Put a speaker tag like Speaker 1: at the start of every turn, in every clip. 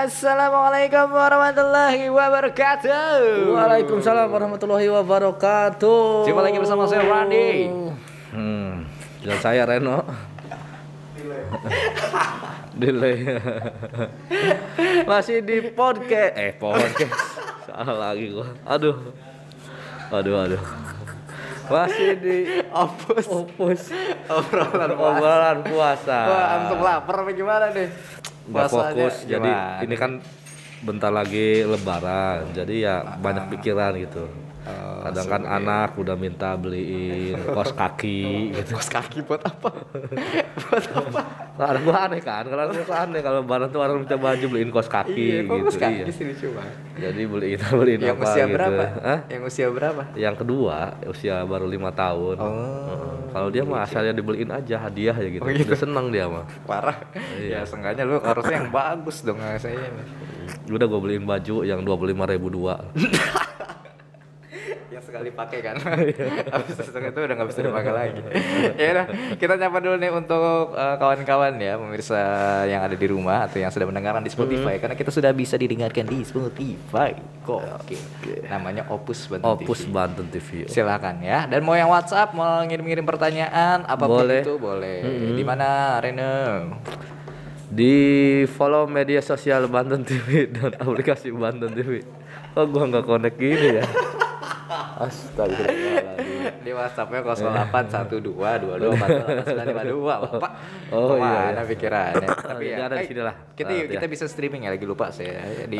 Speaker 1: Assalamualaikum warahmatullahi wabarakatuh.
Speaker 2: Waalaikumsalam warahmatullahi wabarakatuh.
Speaker 1: Jumpa lagi bersama saya Randy.
Speaker 2: Dan saya Reno. Delay. Masih di podcast. Salah lagi gua. Aduh. Masih di opus. Obrolan puasa.
Speaker 1: Wah, antum lapar apa gimana nih?
Speaker 2: Nggak fokus, jadi ini kan bentar lagi lebaran, jadi ya banyak pikiran gitu. Kadang kan anak udah minta beliin kaos kaki gitu.
Speaker 1: Kaos kaki buat apa?
Speaker 2: Karena gua aneh kan, kalau lebaran tuh orang minta baju beliin kaos kaki gitu.
Speaker 1: Kaos kaki sini cuma.
Speaker 2: Jadi beliin
Speaker 1: yang
Speaker 2: apa
Speaker 1: usia
Speaker 2: gitu.
Speaker 1: Berapa?
Speaker 2: Hah?
Speaker 1: Yang usia berapa?
Speaker 2: Yang kedua, usia baru 5 tahun. Kalau dia mah asalnya dibeliin aja hadiah ya gitu. Udah seneng dia mah.
Speaker 1: Parah.
Speaker 2: Iya.
Speaker 1: Ya seenggaknya lu harusnya yang bagus dong saya.
Speaker 2: Udah gua beliin baju yang 25.000 dua.
Speaker 1: Yang sekali pakai kan. Habis itu udah nggak bisa dipakai lagi. Ya udah, kita nyapa dulu nih untuk kawan-kawan ya, pemirsa yang ada di rumah atau yang sedang mendengarkan di Spotify, karena kita sudah bisa didengarkan di Spotify. Oke. Namanya Opus Banten TV.
Speaker 2: Opus Banten TV.
Speaker 1: Silakan ya. Dan mau yang WhatsApp, mau ngirim-ngirim pertanyaan apapun
Speaker 2: boleh.
Speaker 1: itu boleh. Di mana Reno?
Speaker 2: Di follow media sosial Banten TV dan aplikasi Banten TV. Oh gua nggak connect gini ya. Astagfirullahaladzim.
Speaker 1: Di WhatsAppnya 081222488952 Bapak.
Speaker 2: Oh
Speaker 1: mana
Speaker 2: iya.
Speaker 1: pikirannya. Tapi ya
Speaker 2: ada di sini lah.
Speaker 1: kita bisa streaming ya, lagi lupa saya
Speaker 2: di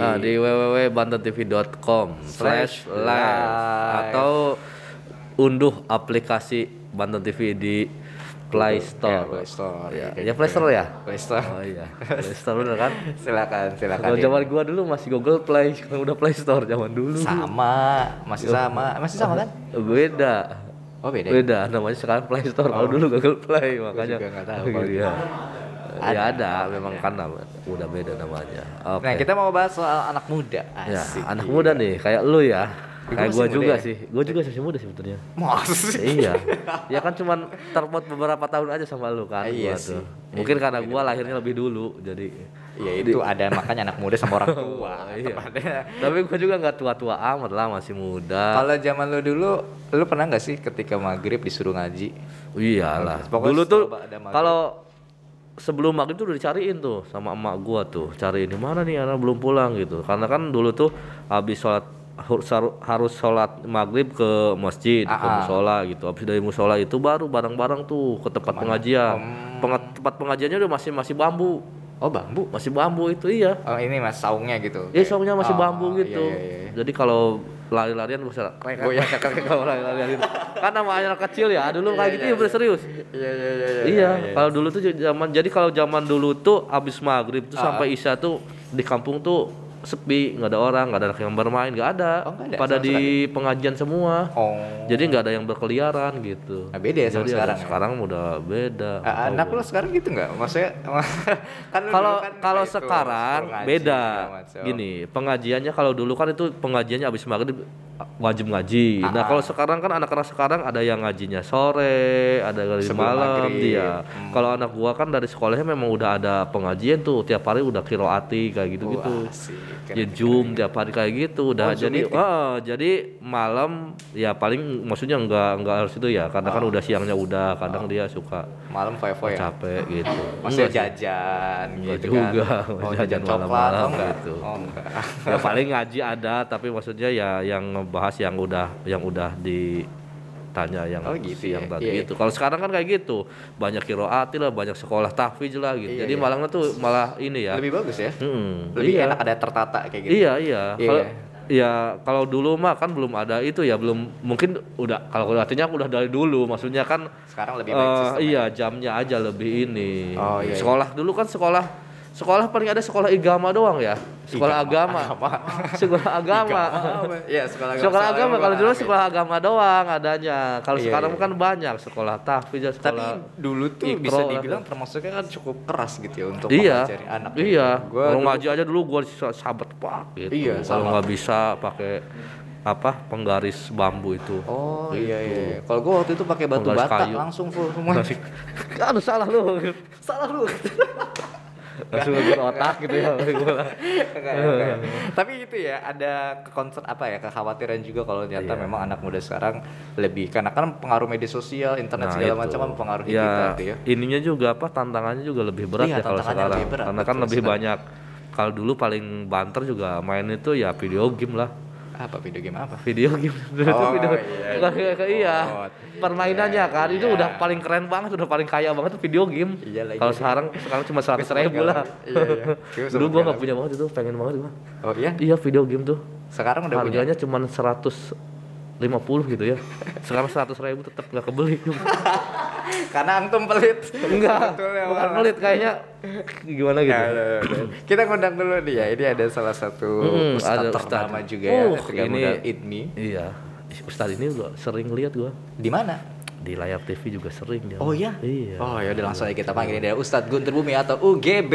Speaker 2: www.bantentv.com/live atau unduh aplikasi Banten TV di Play Store.
Speaker 1: Play Store.
Speaker 2: Ya Play Store ya?
Speaker 1: Play Store.
Speaker 2: Oh iya. Play Store bener kan?
Speaker 1: Silakan.
Speaker 2: Kalau zaman gua dulu masih Google Play, sekarang udah Play Store zaman dulu.
Speaker 1: Masih sama kan?
Speaker 2: Beda.
Speaker 1: Oh beda.
Speaker 2: Beda, namanya sekarang Play Store. Kalau dulu Google Play, makanya.
Speaker 1: Gua juga nggak tahu kalau
Speaker 2: iya. Ya ada, memang kan udah beda namanya.
Speaker 1: Okay. Nah, kita mau bahas soal anak muda.
Speaker 2: Asik. Ya, anak muda nih, kayak lu ya. Kayak gua juga sih. Gua juga masih muda sebetulnya.
Speaker 1: Maksud
Speaker 2: Iya. Ya kan cuman terpaut beberapa tahun aja sama lu kan.
Speaker 1: Iya
Speaker 2: gua
Speaker 1: sih.
Speaker 2: Tuh. Mungkin karena gua lahirnya lebih dulu, jadi
Speaker 1: iya itu ada makanya anak muda sama orang tua.
Speaker 2: Iya. Tapi gua juga nggak tua-tua amat lah, masih muda.
Speaker 1: Kalau zaman lu dulu, lu pernah nggak sih ketika maghrib disuruh ngaji?
Speaker 2: Iyalah. Dulu tuh kalau sebelum maghrib tuh udah dicariin tuh sama emak gua tuh, cariin di mana nih anak belum pulang gitu. Karena kan dulu tuh habis sholat harus sholat maghrib ke masjid, ke musola gitu. Habis dari musola itu baru bareng-bareng tuh ke tempat pengajian. Tempat pengajiannya udah masih bambu.
Speaker 1: Oh bambu?
Speaker 2: Masih bambu itu iya.
Speaker 1: Oh ini mas saungnya gitu?
Speaker 2: Iya saungnya masih bambu gitu.
Speaker 1: Iya.
Speaker 2: Jadi kalau lari-larian bisa kalau lari-larian gitu. Kan nama anak kecil ya, dulu kayak gitu ya bener serius. Iya. Kalau dulu tuh kalau zaman dulu tuh abis maghrib tuh sampai isya tuh di kampung tuh sepi, nggak ada orang, nggak ada anak yang bermain, nggak ada. Pada di pengajian semua. Jadi nggak ada yang berkeliaran gitu.
Speaker 1: Nah, beda ya sama sekarang.
Speaker 2: Sekarang udah beda.
Speaker 1: Anak lu sekarang gitu nggak? Maksudnya kan
Speaker 2: kalau sekarang beda. Gini, pengajiannya kalau dulu kan itu pengajiannya abis maghrib wajib ngaji. Nah kalau sekarang kan anak-anak sekarang ada yang ngajinya sore, ada dari malam dia. Kalau anak gua kan dari sekolahnya memang udah ada pengajian tuh, tiap hari udah qiraati kayak gitu-gitu. Ya Zoom tiap hari kayak gitu udah. Jadi malam ya paling maksudnya enggak harus itu ya, karena kan udah siangnya udah, kadang dia suka
Speaker 1: malam foya-foya
Speaker 2: capek gitu.
Speaker 1: Maksudnya jajan gitu kan.
Speaker 2: Juga jajan malam-malam gitu.
Speaker 1: Enggak.
Speaker 2: Ya paling ngaji ada, tapi maksudnya ya yang bahas yang udah ditanya yang
Speaker 1: gitu
Speaker 2: yang
Speaker 1: ya?
Speaker 2: tadi gitu. Kalau sekarang kan kayak gitu, banyak qiraat lah, banyak sekolah tahfidz lah gitu. Jadi malangnya tuh malah ini ya.
Speaker 1: Lebih bagus ya. Lebih enak ada tertata kayak gitu.
Speaker 2: Iya. Kalau dulu mah kan belum ada itu ya, belum mungkin udah, kalau artinya udah dari dulu, maksudnya kan
Speaker 1: sekarang lebih baik sistemnya.
Speaker 2: Iya, jamnya aja lebih ini.
Speaker 1: Iya.
Speaker 2: Sekolah dulu kan sekolah paling ada sekolah agama doang ya. Sekolah agama.
Speaker 1: Iya,
Speaker 2: sekolah agama. Kalau dulu sekolah agama doang adanya. Kalau sekarang kan banyak sekolah tahfidz, sekolah.
Speaker 1: Tapi dulu tuh bisa dibilang termasuknya kan cukup keras gitu ya untuk
Speaker 2: mengajari
Speaker 1: anak.
Speaker 2: Iya. Kalau ngaji aja dulu gua sahabat pak gitu.
Speaker 1: Iya,
Speaker 2: kalau nggak bisa pakai penggaris bambu itu.
Speaker 1: Iya. Kalau gua waktu itu pakai batu bata langsung full semua.
Speaker 2: Kan salah lu. langsung ngegur otak gitu ya.
Speaker 1: Enggak. Tapi itu ya ada concern apa ya, kekhawatiran juga kalau ternyata memang anak muda sekarang lebih karena kan pengaruh media sosial, internet segala macam kan mempengaruhi kita gitu ya.
Speaker 2: Ininya juga apa, tantangannya juga lebih berat ya kalau sekarang. Karena kan lebih banyak. Kalau dulu paling banter juga main itu ya video game lah.
Speaker 1: Apa video game apa?
Speaker 2: Video game. Iya. Permainannya kan itu udah paling keren banget, udah paling kaya banget tuh video game. Kalau sekarang cuma 100.000 lah. Iya. Dulu gua enggak punya banget itu, pengen banget gua.
Speaker 1: Oh iya?
Speaker 2: Iya, video game tuh.
Speaker 1: Sekarang udah
Speaker 2: harganya cuma 150 gitu ya. Sekarang 100.000 tetap nggak kebeli.
Speaker 1: Karena antum pelit.
Speaker 2: Enggak. Bukan pelit kayaknya gimana gitu.
Speaker 1: Kita ngundang dulu nih ya. Ini ada salah satu ustadz ternama juga ya, ketika modal IDMI.
Speaker 2: Iya. Ustadz ini gua sering lihat gua.
Speaker 1: Di mana?
Speaker 2: Di layar TV juga sering dia.
Speaker 1: Oh iya?
Speaker 2: Iya.
Speaker 1: Oh ya udah langsung aja kita panggil dia Ustadz Guntur Bumi atau UGB.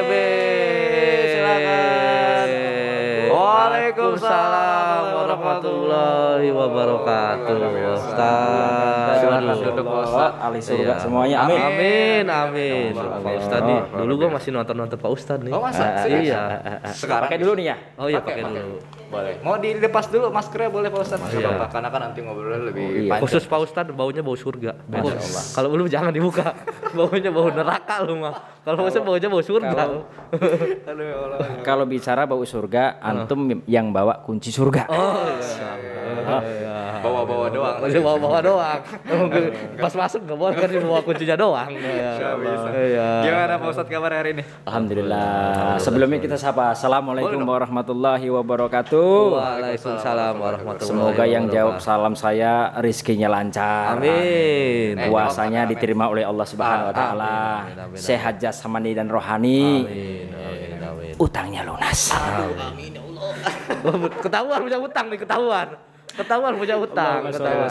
Speaker 1: Silakan.
Speaker 2: Waalaikumsalam warahmatullahi wabarakatuh. Ustaz,
Speaker 1: silakan duduk Ustaz.
Speaker 3: Ahli surga semuanya. Amin.
Speaker 2: Amin. Pak Ustaz nih, dulu gua masih nonton Pak Ustaz nih.
Speaker 1: Oh masa?
Speaker 2: Iya.
Speaker 3: Sekarang pakai dulu nih ya.
Speaker 2: Oh iya, pakai dulu.
Speaker 1: Boleh. Mau dilepas dulu maskernya boleh Pak Ustaz? Enggak apa-apa karena kan nanti ngobrolnya lebih panjang.
Speaker 2: Khusus Pak Ustaz baunya bau surga. Masyaallah. Kalau belum jangan dibuka. Baunya bau neraka lu mah. Kalau Pak Ustaz baunya bau surga.
Speaker 1: Aduh ya Allah.
Speaker 3: Kalau bicara bau surga, antum yang bawa kunci surga.
Speaker 2: Oh iya.
Speaker 1: Bawa-bawa doang.
Speaker 2: Masih bawa-bawa doang. Pas masuk enggak boleh kan dibawa kuncinya doang.
Speaker 1: Iya. Gimana Pak Ustaz kabar hari ini?
Speaker 3: Alhamdulillah. Sebelumnya kita sapa. Assalamualaikum warahmatullahi wabarakatuh.
Speaker 2: Waalaikumsalam warahmatullahi wabarakatuh.
Speaker 3: Semoga yang jawab salam saya rezekinya lancar.
Speaker 2: Amin.
Speaker 3: Puasanya diterima oleh Allah Subhanahu wa taala. Sehat jasmani dan rohani.
Speaker 2: Amin.
Speaker 3: Utangnya lunas.
Speaker 1: Amin ya Allah.
Speaker 2: Ketahuan punya utang nih, ketahuan punya utang.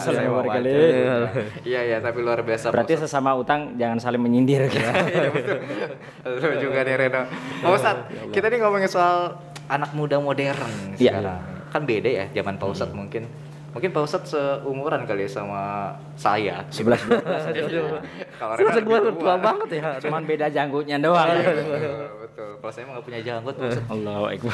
Speaker 1: Iya tapi luar biasa.
Speaker 3: Berarti sesama utang jangan saling menyindir gitu.
Speaker 1: Iya betul. Lu juga nih Reno. Pak Ustadz, kita nih ngomongin soal anak muda modern sekarang. Kan beda ya zaman Pak Ustadz mungkin. Mungkin Pak Ustadz seumuran kali ya sama saya.
Speaker 3: 11.
Speaker 1: Kalau Reno
Speaker 2: Gua tua banget ya.
Speaker 3: Cuman beda janggutnya doang.
Speaker 1: Betul. Kalau saya mah nggak punya janggut Pak Ustadz.
Speaker 3: Allahu Akbar.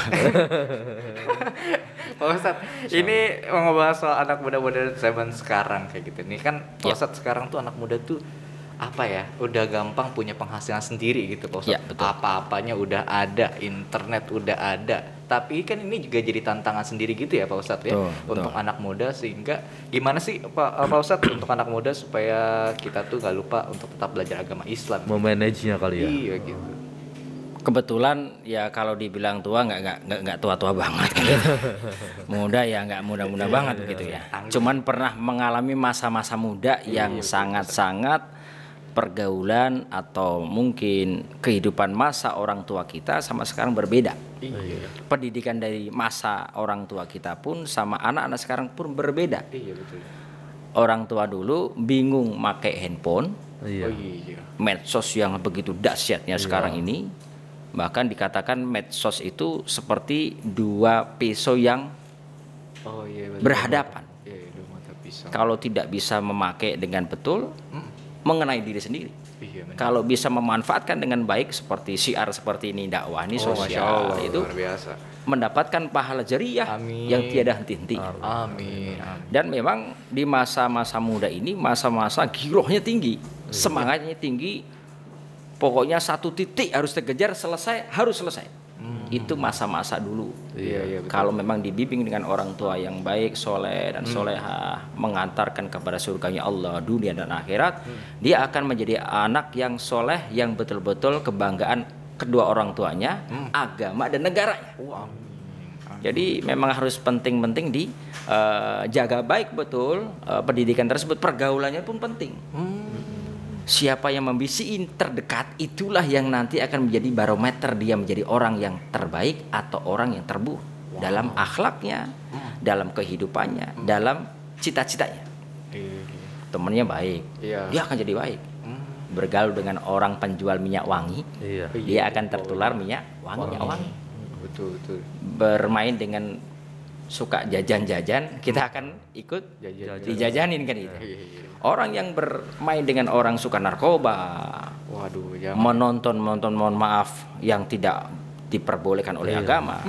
Speaker 1: Pak Ustadz, ini mau ngebahas soal anak muda zaman sekarang kayak gitu. Nih kan Pak Ustadz sekarang tuh anak muda tuh apa ya? Udah gampang punya penghasilan sendiri gitu Pak Ustadz.
Speaker 3: Ya, betul.
Speaker 1: Apa-apanya udah ada, internet udah ada. Tapi kan ini juga jadi tantangan sendiri gitu ya Pak Ustadz ya. Untuk anak muda sehingga gimana sih Pak Ustadz untuk anak muda supaya kita tuh gak lupa untuk tetap belajar agama Islam.
Speaker 2: Memanagenya kali ya.
Speaker 1: Iya gitu.
Speaker 3: Kebetulan ya kalau dibilang tua nggak tua-tua banget gitu. Muda ya nggak muda-muda banget gitu ya. Cuman pernah mengalami masa-masa muda yang sangat-sangat pergaulan atau mungkin kehidupan masa orang tua kita sama sekarang berbeda.
Speaker 1: Iya.
Speaker 3: Pendidikan dari masa orang tua kita pun sama anak-anak sekarang pun berbeda.
Speaker 1: Iya betul.
Speaker 3: Orang tua dulu bingung pakai handphone,
Speaker 2: Iya.
Speaker 3: medsos yang begitu dahsyatnya sekarang ini. Bahkan dikatakan medsos itu seperti dua pisau yang berhadapan.
Speaker 1: Dua mata pisau.
Speaker 3: Kalau tidak bisa memakai dengan betul, mengenai diri sendiri. Kalau bisa memanfaatkan dengan baik seperti syiar seperti ini, dakwah ini sosial itu
Speaker 1: luar biasa.
Speaker 3: mendapatkan pahala jariah yang tiada henti-henti.
Speaker 1: Amin.
Speaker 3: Dan memang di masa-masa muda ini masa-masa girohnya tinggi, semangatnya tinggi. Pokoknya satu titik harus terkejar, harus selesai. Itu masa-masa dulu.
Speaker 1: Iya,
Speaker 3: kalau memang dibimbing dengan orang tua yang baik, soleh dan solehah, mengantarkan kepada surganya Allah dunia dan akhirat, dia akan menjadi anak yang soleh, yang betul-betul kebanggaan kedua orang tuanya, agama dan negaranya. Jadi memang harus penting-penting dijaga baik betul pendidikan tersebut. Pergaulannya pun penting. Siapa yang membisikin terdekat, itulah yang nanti akan menjadi barometer dia menjadi orang yang terbaik atau orang yang terburuk dalam akhlaknya, dalam kehidupannya, dalam cita-citanya. Temannya baik, dia akan jadi baik. Bergaul dengan orang penjual minyak wangi, dia akan tertular minyak wangi.
Speaker 1: Betul.
Speaker 3: Bermain dengan suka jajan-jajan, kita akan ikut dijajanin kan itu. Orang yang bermain dengan orang suka narkoba,
Speaker 1: Waduh,
Speaker 3: menonton mohon maaf yang tidak diperbolehkan oleh agama.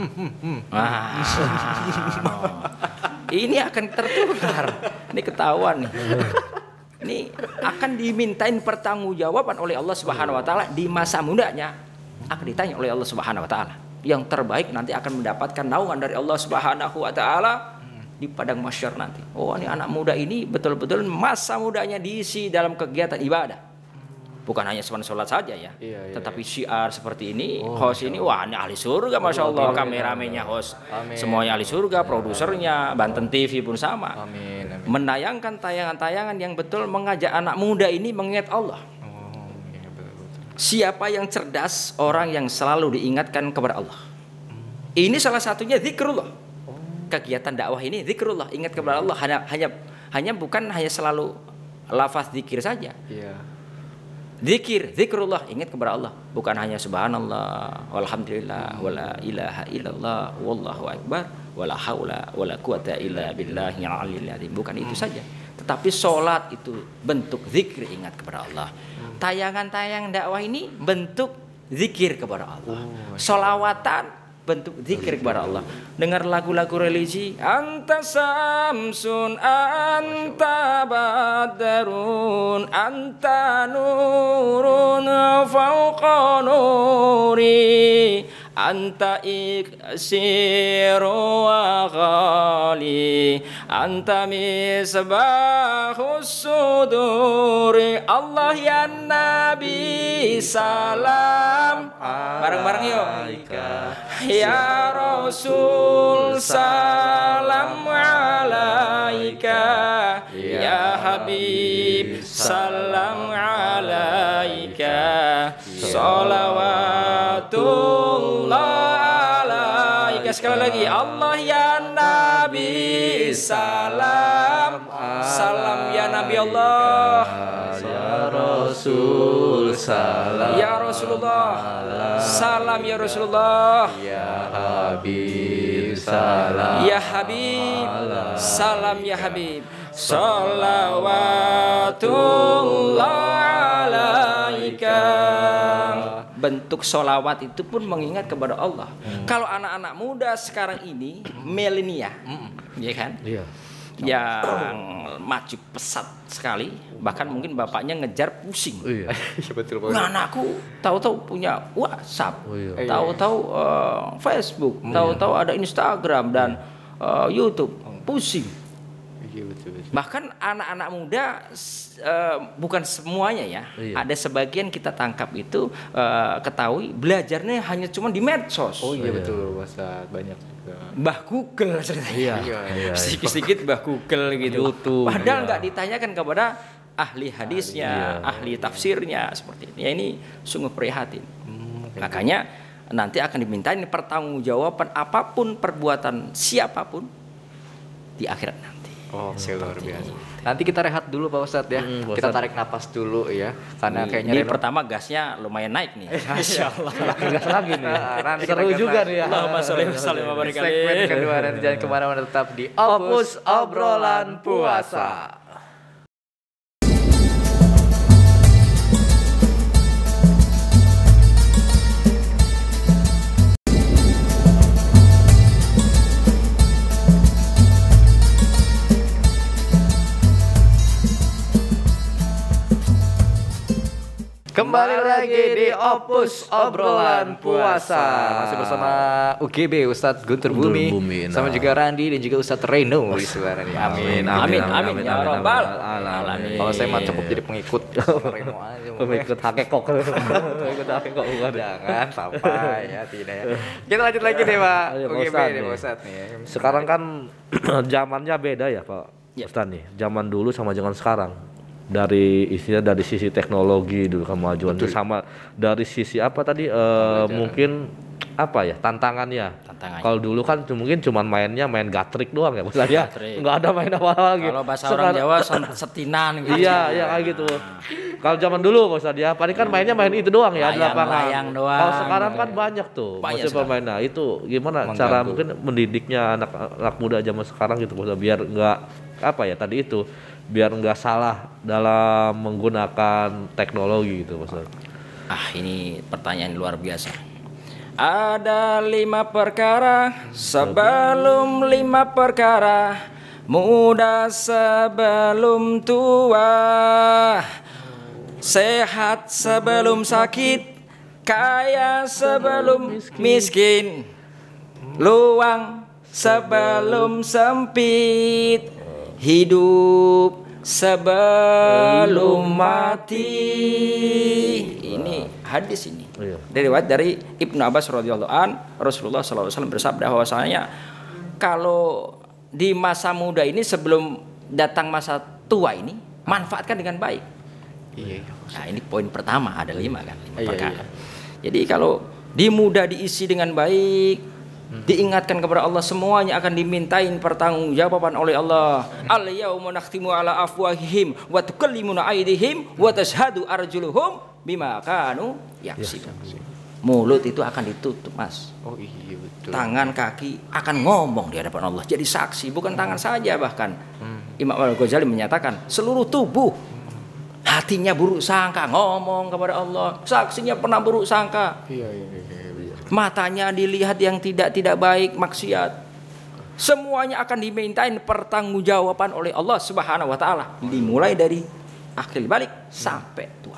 Speaker 3: Ini akan tertular. Ini ketahuan nih. Ini akan dimintain pertanggungjawaban oleh Allah Subhanahu wa taala di masa mudanya. Akan ditanya oleh Allah Subhanahu wa taala. Yang terbaik nanti akan mendapatkan naungan dari Allah Subhanahu wa taala di padang mahsyar nanti. Oh, ini anak muda ini betul-betul masa mudanya diisi dalam kegiatan ibadah. Bukan hanya sholat saja ya, tetapi syiar seperti ini, host ini, wah ini ahli surga, masya Allah, kameramennya host, semuanya ahli surga, produsernya, Banten TV pun sama, menayangkan tayangan-tayangan yang betul mengajak anak muda ini mengingat Allah. Siapa yang cerdas? Orang yang selalu diingatkan kepada Allah. Ini salah satunya zikrullah. Kegiatan dakwah ini zikrullah, ingat kepada Allah. Hanya bukan hanya selalu lafaz zikir saja. Zikrullah, ingat kepada Allah. Bukan hanya subhanallah, walhamdulillah, wala ilaha illallah, wallahu akbar, wala haula wala quwata illa billahil aliyil azim. Bukan itu saja. Tetapi sholat itu bentuk zikir, ingat kepada Allah. Tayangan-tayangan dakwah ini bentuk zikir kepada Allah. Sholawatan bentuk zikir kepada Allah. Dengar lagu-lagu religi, anta samsun, anta badarun, anta nurun fauqa nuri, anta iksiru wa ghali, anta misbahus suduri. Allah ya Nabi salam, bareng-bareng yuk. Ya Rasul salam alaika, ya Habib salam alaika, salawatullah alaika. Sekali lagi, Allah ya Nabi salam, salam ya Nabi Allah,
Speaker 2: ya Rasul salam,
Speaker 3: ya Rasulullah salam, ya Rasulullah,
Speaker 1: ya Habib salam,
Speaker 3: ya Habib salam, ya Habib, salawatullah alaika. Bentuk sholawat itu pun mengingat kepada Allah. Kalau anak-anak muda sekarang ini milenial, ya kan? Yang maju pesat sekali, bahkan mungkin bapaknya ngejar pusing.
Speaker 1: Betul.
Speaker 3: Nah, anakku tahu-tahu punya WhatsApp, tahu-tahu Facebook, tahu-tahu ada Instagram dan YouTube, pusing. Bahkan anak-anak muda bukan semuanya ya, ada sebagian kita tangkap itu ketahui belajarnya hanya cuma di medsos.
Speaker 1: Betul, WhatsApp banyak juga.
Speaker 3: Mbah Google ceritanya. Sedikit-sedikit Mbah Google gitu.
Speaker 2: YouTube,
Speaker 3: padahal nggak ditanyakan kepada ahli hadisnya, ahli tafsirnya seperti ini. Ya, ini sungguh prihatin. Makanya nanti akan dimintain pertanggungjawaban apapun perbuatan siapapun di akhirat nanti.
Speaker 1: Luar biasa. Nanti kita rehat dulu Pak Ustadz ya. Kita tarik napas dulu ya. Karena kayaknya
Speaker 3: ini pertama gasnya lumayan naik nih. Masya Allah.
Speaker 2: Gas lagi nih.
Speaker 1: Nanti
Speaker 2: seru juga nih ya.
Speaker 3: Allahumma sholli wa sallim wa barik alaihi.
Speaker 1: Segmen kedua, nanti jangan kemana-mana, tetap di Opus Obrolan Puasa. Kembali lagi di Opus Obrolan Puasa. Masih bersama UGB Ustadz Guntur Bumi, sama juga Randi dan juga Ustadz Reno di sebelah ini. Amin.
Speaker 3: Ya Rabbal alamin.
Speaker 1: Kalau saya mah cukup jadi pengikut Reno aja.
Speaker 2: Pengikut hakekok. Pengikut hakekok bukan.
Speaker 1: Jangan sampai ya, tidak ya. Kita lanjut lagi deh Pak UGB nih Pak Ustadz nih.
Speaker 2: Sekarang kan zamannya beda ya Pak Ustadz nih. Zaman dulu sama zaman sekarang. Dari sisi teknologi dulu kemajuan itu sama dari sisi apa tadi mungkin apa ya tantangannya
Speaker 3: tangannya.
Speaker 2: Kalau dulu kan mungkin cuman main gatrik doang ya Ustaz ya.
Speaker 3: Gatrik.
Speaker 2: Nggak ada main apa lagi.
Speaker 3: Kalau bahasa orang Jawa setinan gitu.
Speaker 2: Iya, iya kayak gitu. Kalau zaman dulu Ustaz ya, paling kan mainnya main itu doang ya di lapangan.
Speaker 3: Layang doang.
Speaker 2: Kalau sekarang kan banyak tuh
Speaker 3: Banyak
Speaker 2: masih pemain. Nah, itu gimana
Speaker 1: Mengganggu.
Speaker 2: cara mungkin mendidiknya anak muda zaman sekarang gitu Ustaz, biar nggak apa ya tadi itu, biar nggak salah dalam menggunakan teknologi gitu Ustaz.
Speaker 3: Ini pertanyaan luar biasa. Ada 5 perkara sebelum 5 perkara, muda sebelum tua, sehat sebelum sakit, kaya sebelum miskin, luang sebelum sempit, hidup sebelum mati. Ini hadis ini.
Speaker 2: Iya.
Speaker 3: Dari riwayat dari Ibnu Abbas radhiyallahu an, Rasulullah SAW bersabda bahwasanya kalau di masa muda ini sebelum datang masa tua ini, manfaatkan dengan baik.
Speaker 1: Iya.
Speaker 3: Nah, ini poin pertama, ada 5 kan, 5
Speaker 1: Iya,
Speaker 3: perkara. Jadi kalau di muda diisi dengan baik, diingatkan kepada Allah, semuanya akan dimintain pertanggungjawaban oleh Allah. Al-yauma nakhtimu ala afwahihim wa tukallimuna aydihim wa tashhadu arjuluhum bima kanu yaksibun. Mulut itu akan ditutup, Mas.
Speaker 1: Oh iya betul.
Speaker 3: Tangan kaki akan ngomong di hadapan Allah, jadi saksi, bukan tangan saja bahkan. Imam Al-Ghazali menyatakan seluruh tubuh, hatinya buruk sangka ngomong kepada Allah, saksinya pernah buruk sangka.
Speaker 1: Iya.
Speaker 3: Matanya dilihat yang tidak baik, maksiat. Semuanya akan dimintain pertanggungjawaban oleh Allah Subhanahu wa taala, dimulai dari akhir balik sampai tua.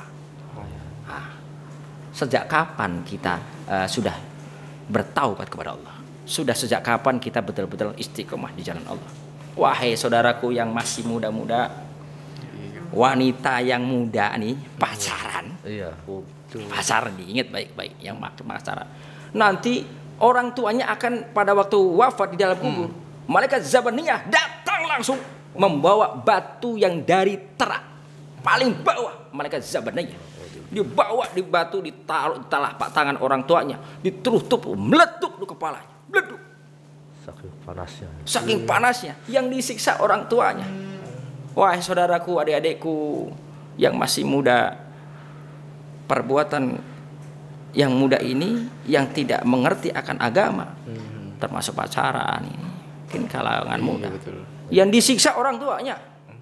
Speaker 3: Sejak kapan kita sudah bertaubat kepada Allah? Sudah sejak kapan kita betul-betul istiqomah di jalan Allah? Wahai saudaraku yang masih muda-muda, wanita yang muda nih pacaran.
Speaker 2: Iya.
Speaker 3: Pacaran nih, ingat baik-baik yang pacaran. Nanti orang tuanya akan pada waktu wafat di dalam kubur, malaikat Zabaniyah datang langsung membawa batu yang dari terak paling bawah. Malaikat Zabaniyah dibawa di batu, ditaruh di telapak tangan orang tuanya, ditutup, meletup di kepalanya, meleduk.
Speaker 2: Saking panasnya.
Speaker 3: Saking panasnya yang disiksa orang tuanya. Wahai saudaraku, adik-adikku yang masih muda, perbuatan yang muda ini yang tidak mengerti akan agama, termasuk pacaran ini, mungkin kalangan muda,
Speaker 1: betul.
Speaker 3: yang disiksa orang tuanya.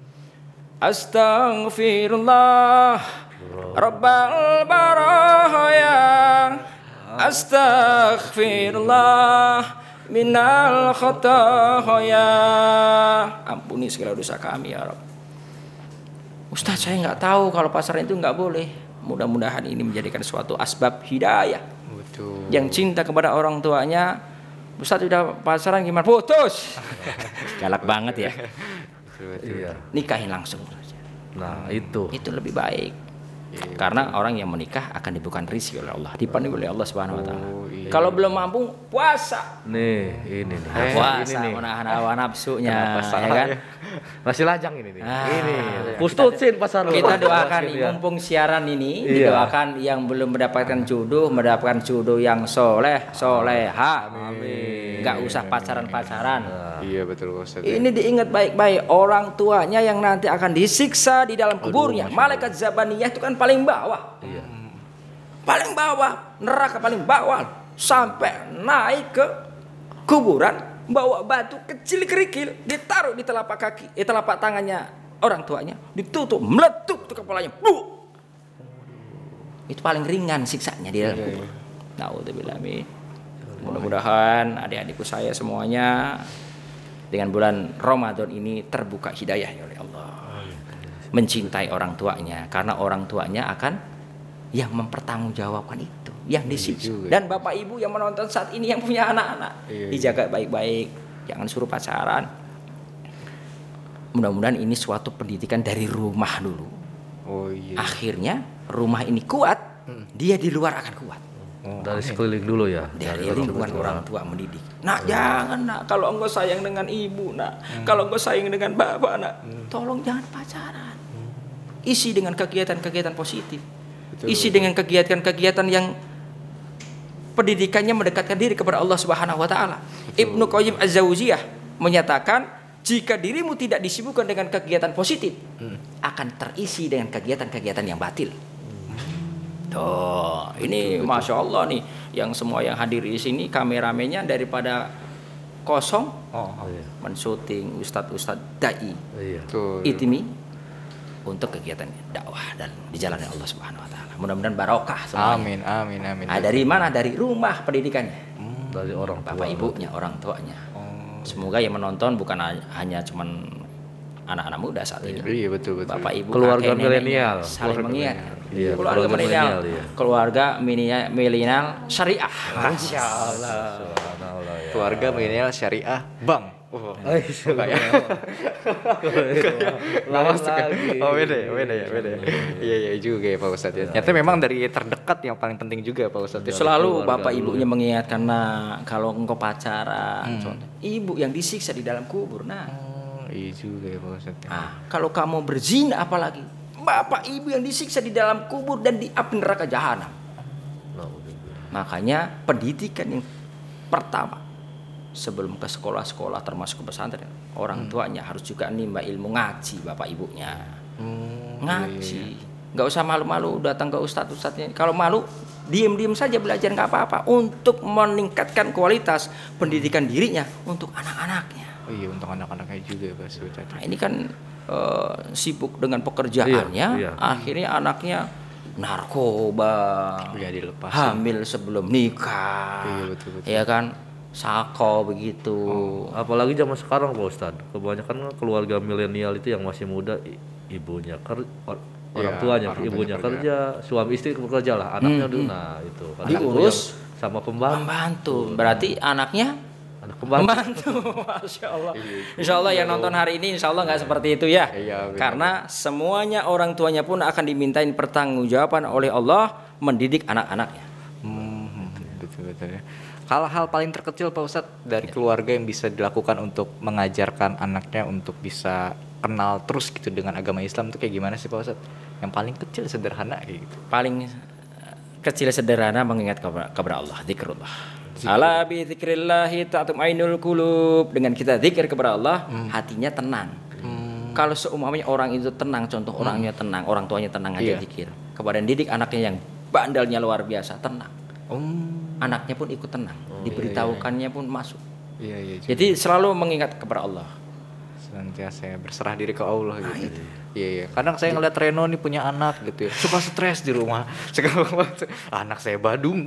Speaker 3: Astaghfirullah Rabbal barahaya, astaghfirullah minal khataya. Ampuni segala dosa kami ya Rabb. Ustaz, saya nggak tahu kalau pacaran itu nggak boleh. Mudah-mudahan ini menjadikan suatu asbab hidayah.
Speaker 1: Betul.
Speaker 3: Yang cinta kepada orang tuanya, Ustaz udah pacaran gimana? Putus. Galak banget ya.
Speaker 2: Iya.
Speaker 3: Nikahin langsung.
Speaker 2: Nah, itu.
Speaker 3: Itu lebih baik. Karena orang yang menikah akan diberikan rizki oleh Allah, dipenuhi oleh Allah Subhanahu wa taala. Kalau belum mampu, puasa.
Speaker 2: Nih, ini nih.
Speaker 3: Puasa
Speaker 2: Ini nih.
Speaker 3: menahan hawa nafsunya, ya kan?
Speaker 2: Masih lajang ini nih.
Speaker 3: Ah.
Speaker 2: Ini. Pustusin pasar lu.
Speaker 3: Kita doakan
Speaker 2: Gitu
Speaker 3: nih,
Speaker 2: ya.
Speaker 3: mumpung siaran ini,
Speaker 2: Iya.
Speaker 3: didoakan yang belum mendapatkan jodoh, mendapatkan jodoh yang soleh, soleha.
Speaker 2: Amin.
Speaker 3: Nggak usah pacaran-pacaran.
Speaker 1: Iya betul Ustaz.
Speaker 3: Ini diingat baik-baik, orang tuanya yang nanti akan disiksa di dalam kuburnya. Malaikat Zabaniyah itu kan paling bawah.
Speaker 2: Iya.
Speaker 3: Paling bawah, neraka paling bawah, sampai naik ke kuburan, bawa batu kecil kerikil, ditaruh di telapak kaki, telapak tangannya orang tuanya, ditutup, meletup ke kepalanya. Itu paling ringan siksanya di dalam kubur. Naudzubillah min. Mudah-mudahan adik-adikku saya semuanya dengan bulan Ramadan ini terbuka hidayahnya oleh Allah, mencintai orang tuanya, karena orang tuanya akan yang mempertanggungjawabkan itu, yang disiksa. Dan bapak ibu yang menonton saat ini yang punya anak-anak, dijaga baik-baik, jangan suruh pacaran. Mudah-mudahan ini suatu pendidikan dari rumah dulu.
Speaker 1: Oh iya.
Speaker 3: Akhirnya rumah ini kuat, dia di luar akan kuat.
Speaker 2: Dari sekeliling dulu ya.
Speaker 3: Dari lingkungan orang tua mendidik. Nak, jangan nak, kalau engkau sayang dengan ibu nak, kalau engkau sayang dengan bapak nak, tolong jangan pacaran. Isi dengan kegiatan-kegiatan positif.
Speaker 1: Betul,
Speaker 3: Isi dengan kegiatan-kegiatan yang pendidikannya mendekatkan diri kepada Allah Subhanahu wa taala. Ibnu Qayyim Az-Jauziyah menyatakan jika dirimu tidak disibukkan dengan kegiatan positif, akan terisi dengan kegiatan-kegiatan yang batil. Tuh, ini Masya Allah nih, yang semua yang hadir di sini kameramennya daripada kosong, mensyuting ustadz-ustadz dai, itimi untuk kegiatan dakwah dan di jalan Allah Subhanahu Wa Taala. Mudah-mudahan barokah semuanya.
Speaker 1: Amin.
Speaker 3: Nah, dari mana? Dari rumah pendidikannya,
Speaker 2: dari orang tua,
Speaker 3: bapak ibunya, orang tuanya. Semoga yang menonton bukan hanya cuman anak-anak muda saat ini.
Speaker 1: Iya betul.
Speaker 3: Bapak ibu,
Speaker 2: keluarga
Speaker 3: kakek, nenek,
Speaker 2: milenial
Speaker 3: saling mengingatkan.
Speaker 2: Iya,
Speaker 3: keluarga milenial,
Speaker 2: iya.
Speaker 3: keluarga milenial syariah. Masya Allah.
Speaker 1: Keluarga milenial syariah, Bang. Beda ya. Iya juga ya Pak Ustadz ya. Ternyata memang dari terdekat yang paling penting juga Pak Ustadz.
Speaker 3: Selalu bapak ibunya mengingatkan, nah kalau engkau pacaran, ibu yang disiksa di dalam kubur.
Speaker 1: Iya juga ya Pak Ustadz.
Speaker 3: Kalau kamu berzina apalagi, bapak ibu yang disiksa di dalam kubur dan di api neraka jahanam. Makanya pendidikan yang pertama sebelum ke sekolah-sekolah termasuk ke pesantren, orang tuanya harus juga nimba ilmu ngaji bapak ibunya. Ngaji. Nggak usah malu-malu datang ke ustadz-ustadznya. Kalau malu, diem-diem saja belajar nggak apa-apa untuk meningkatkan kualitas pendidikan dirinya untuk anak-anaknya.
Speaker 1: Oh iya, untuk anak-anaknya juga ya Pak Ustadz.
Speaker 3: Nah, ini kan sibuk dengan pekerjaannya, akhirnya anaknya narkoba,
Speaker 1: dilepas,
Speaker 3: hamil sebelum nikah,
Speaker 1: betul.
Speaker 3: Ya kan, sako begitu.
Speaker 2: Apalagi zaman sekarang Pak Ustadz, kebanyakan keluarga milenial itu yang masih muda, ibunya orang tuanya, ibunya kerja, suami istri bekerja lah, anaknya dulu, nah itu
Speaker 3: diurus
Speaker 2: sama pembantu.
Speaker 3: Berarti anaknya
Speaker 2: anak pembantu.
Speaker 3: Masya Allah. Insya Allah yang nonton hari ini Insya Allah nggak seperti itu ya. Karena semuanya orang tuanya pun akan dimintain pertanggungjawaban oleh Allah mendidik anak-anaknya.
Speaker 1: Betul ya. Hal-hal paling terkecil Pak Ustadz dari keluarga yang bisa dilakukan untuk mengajarkan anaknya untuk bisa kenal terus gitu dengan agama Islam itu kayak gimana sih Pak Ustadz? Yang paling kecil sederhana kayak gitu.
Speaker 3: Paling kecil sederhana mengingat kepada Allah, zikrullah. Ala bi dzikrillahi tatmainul qulub. Dengan kita zikir kepada Allah, hatinya tenang. Kalau seumpamanya orang itu tenang, contoh orangnya tenang, orang tuanya tenang aja zikir. Kemudian didik anaknya yang bandelnya luar biasa, tenang. Anaknya pun ikut tenang. Diberitahukannya pun masuk. Jadi selalu mengingat kepada Allah.
Speaker 1: Senantiasa berserah diri ke Allah gitu. Iya. Kadang saya ngeliat Reno nih punya anak gitu ya, suka stres di rumah. Anak saya badung.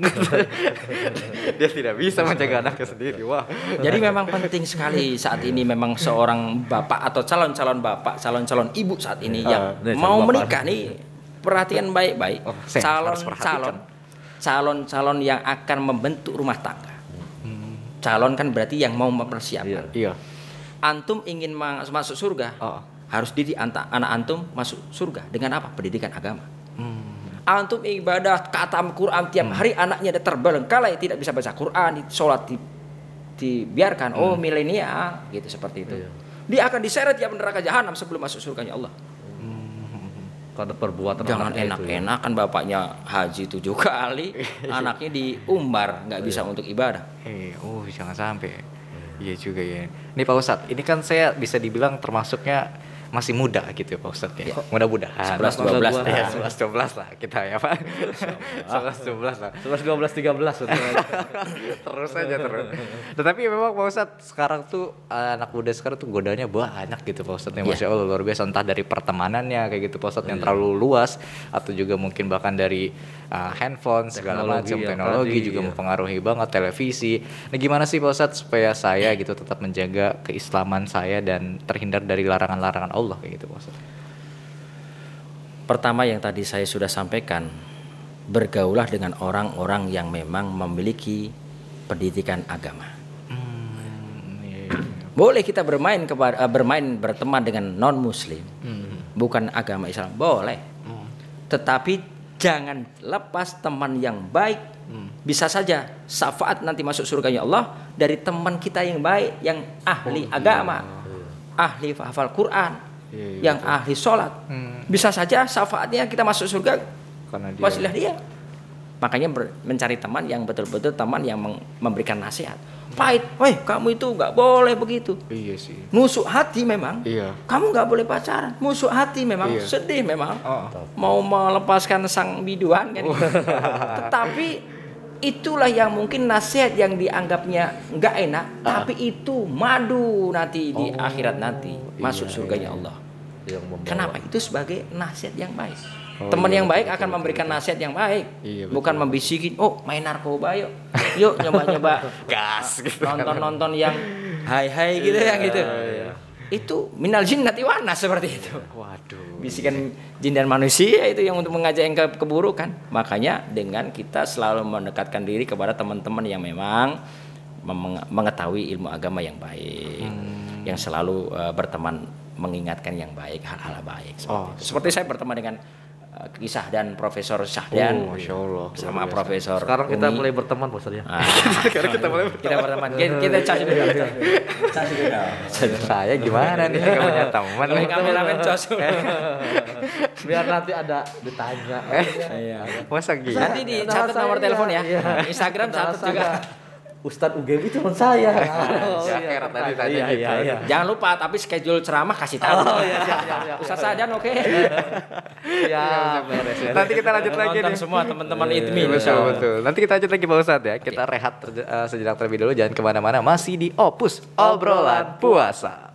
Speaker 1: Dia tidak bisa menjaga anaknya sendiri. Wah.
Speaker 3: Jadi memang penting sekali saat ini memang seorang bapak atau calon-calon bapak, calon-calon ibu saat ini yang mau menikah nih, perhatian baik-baik. Calon-calon yang akan membentuk rumah tangga. Calon kan berarti yang mau mempersiapkan.
Speaker 1: Iya.
Speaker 3: Antum ingin masuk surga, harus didik anak antum masuk surga dengan apa? Pendidikan agama. Antum ibadah khatam Quran tiap hari, anaknya ada terbelengkalai tidak bisa baca Quran, sholat dibiarkan. Milenial gitu seperti itu. Dia akan diseret ya neraka jahanam sebelum masuk surganya Allah.
Speaker 2: Karena perbuatan
Speaker 3: jangan enak-enakan bapaknya haji 7 kali, anaknya diumbar nggak bisa untuk ibadah.
Speaker 1: Jangan sampai. Iya juga ya. Ini Pak Ustadz, ini kan saya bisa dibilang termasuknya masih muda gitu ya Pak Ustadz ya. Mudah-mudahan
Speaker 3: 11-12
Speaker 1: ya, 11-12 lah kita ya Pak. 11-12 lah.
Speaker 2: 11-12-13
Speaker 1: terus aja terus. Tetapi memang Pak Ustadz sekarang tuh anak muda sekarang tuh godanya banyak gitu Pak Ustadz. Masya Allah luar biasa, entah dari pertemanannya kayak gitu Pak Ustadz yang terlalu luas, atau juga mungkin bahkan dari handphone segala macam teknologi juga mempengaruhi banget, televisi. Nah gimana sih Pak Ustadz supaya saya gitu tetap menjaga keislaman saya dan terhindar dari larangan-larangan Allah kayak gitu Pak Ustadz?
Speaker 3: Pertama yang tadi saya sudah sampaikan, bergaulah dengan orang-orang yang memang memiliki pendidikan agama. Boleh kita bermain berteman dengan non muslim, bukan agama Islam, boleh. Tetapi jangan lepas teman yang baik. Bisa saja syafaat nanti masuk surganya Allah dari teman kita yang baik, yang ahli agama, ahli hafal Quran, yang ahli sholat. Bisa saja syafaatnya kita masuk surga karena wasilah dia. Makanya mencari teman yang betul-betul teman yang memberikan nasihat. Pahit, weh kamu itu nggak boleh begitu.
Speaker 1: Iya sih.
Speaker 3: Nusuk hati memang.
Speaker 1: Iya.
Speaker 3: Kamu nggak boleh pacaran. Nusuk hati memang.
Speaker 1: Iya.
Speaker 3: Sedih memang.
Speaker 1: Oh.
Speaker 3: Mau melepaskan sang biduan kan. Tetapi itulah yang mungkin nasihat yang dianggapnya nggak enak, tapi itu madu nanti di akhirat nanti masuk surganya Allah.
Speaker 2: Yang membawa.
Speaker 3: Kenapa? Itu sebagai nasihat yang baik. Teman yang baik akan memberikan nasihat yang baik, bukan membisikin, oh main narkoba yuk nyoba-nyoba
Speaker 1: Gas gitu.
Speaker 3: nonton yang hai gitu yang gitu. Itu minal jinnati wanas seperti itu.
Speaker 1: Waduh.
Speaker 3: Bisikan jin dan manusia itu yang untuk mengajak yang keburukan. Makanya dengan kita selalu mendekatkan diri kepada teman-teman yang memang mengetahui ilmu agama yang baik, yang selalu berteman mengingatkan yang baik, hal-hal baik. Seperti saya berteman dengan Kisah dan Profesor Syahdan,
Speaker 1: Masya Allah.
Speaker 3: sama Profesor.
Speaker 2: Sekarang kita
Speaker 3: Umi.
Speaker 2: mulai berteman Pak Ustaz ya.
Speaker 1: Sekarang kita mulai
Speaker 3: Kita berteman. Kita cas dulu. Cas dulu.
Speaker 1: Saya gimana nih nggak punya teman?
Speaker 3: Kameramen cas.
Speaker 2: Biar nanti ada ditanya.
Speaker 3: Iya.
Speaker 1: Masa gitu?
Speaker 3: Nanti dicatat nomor telepon ya.
Speaker 2: Iya.
Speaker 3: Instagram catat juga.
Speaker 2: Ustadz UGM itu teman saya.
Speaker 1: Syaker tadi gitu.
Speaker 2: Iya.
Speaker 3: Jangan lupa tapi schedule ceramah kasih tahu. Ustaz Sadan oke.
Speaker 2: Ya, beres ya.
Speaker 1: Nanti kita lanjut lagi
Speaker 3: Nonton
Speaker 1: nih.
Speaker 3: semua teman-teman ITMI.
Speaker 1: Betul. Nanti kita lanjut lagi Pak Ustadz ya. Kita rehat sejenak terlebih dulu. Jangan kemana-mana. Masih di Opus Obrolan Puasa.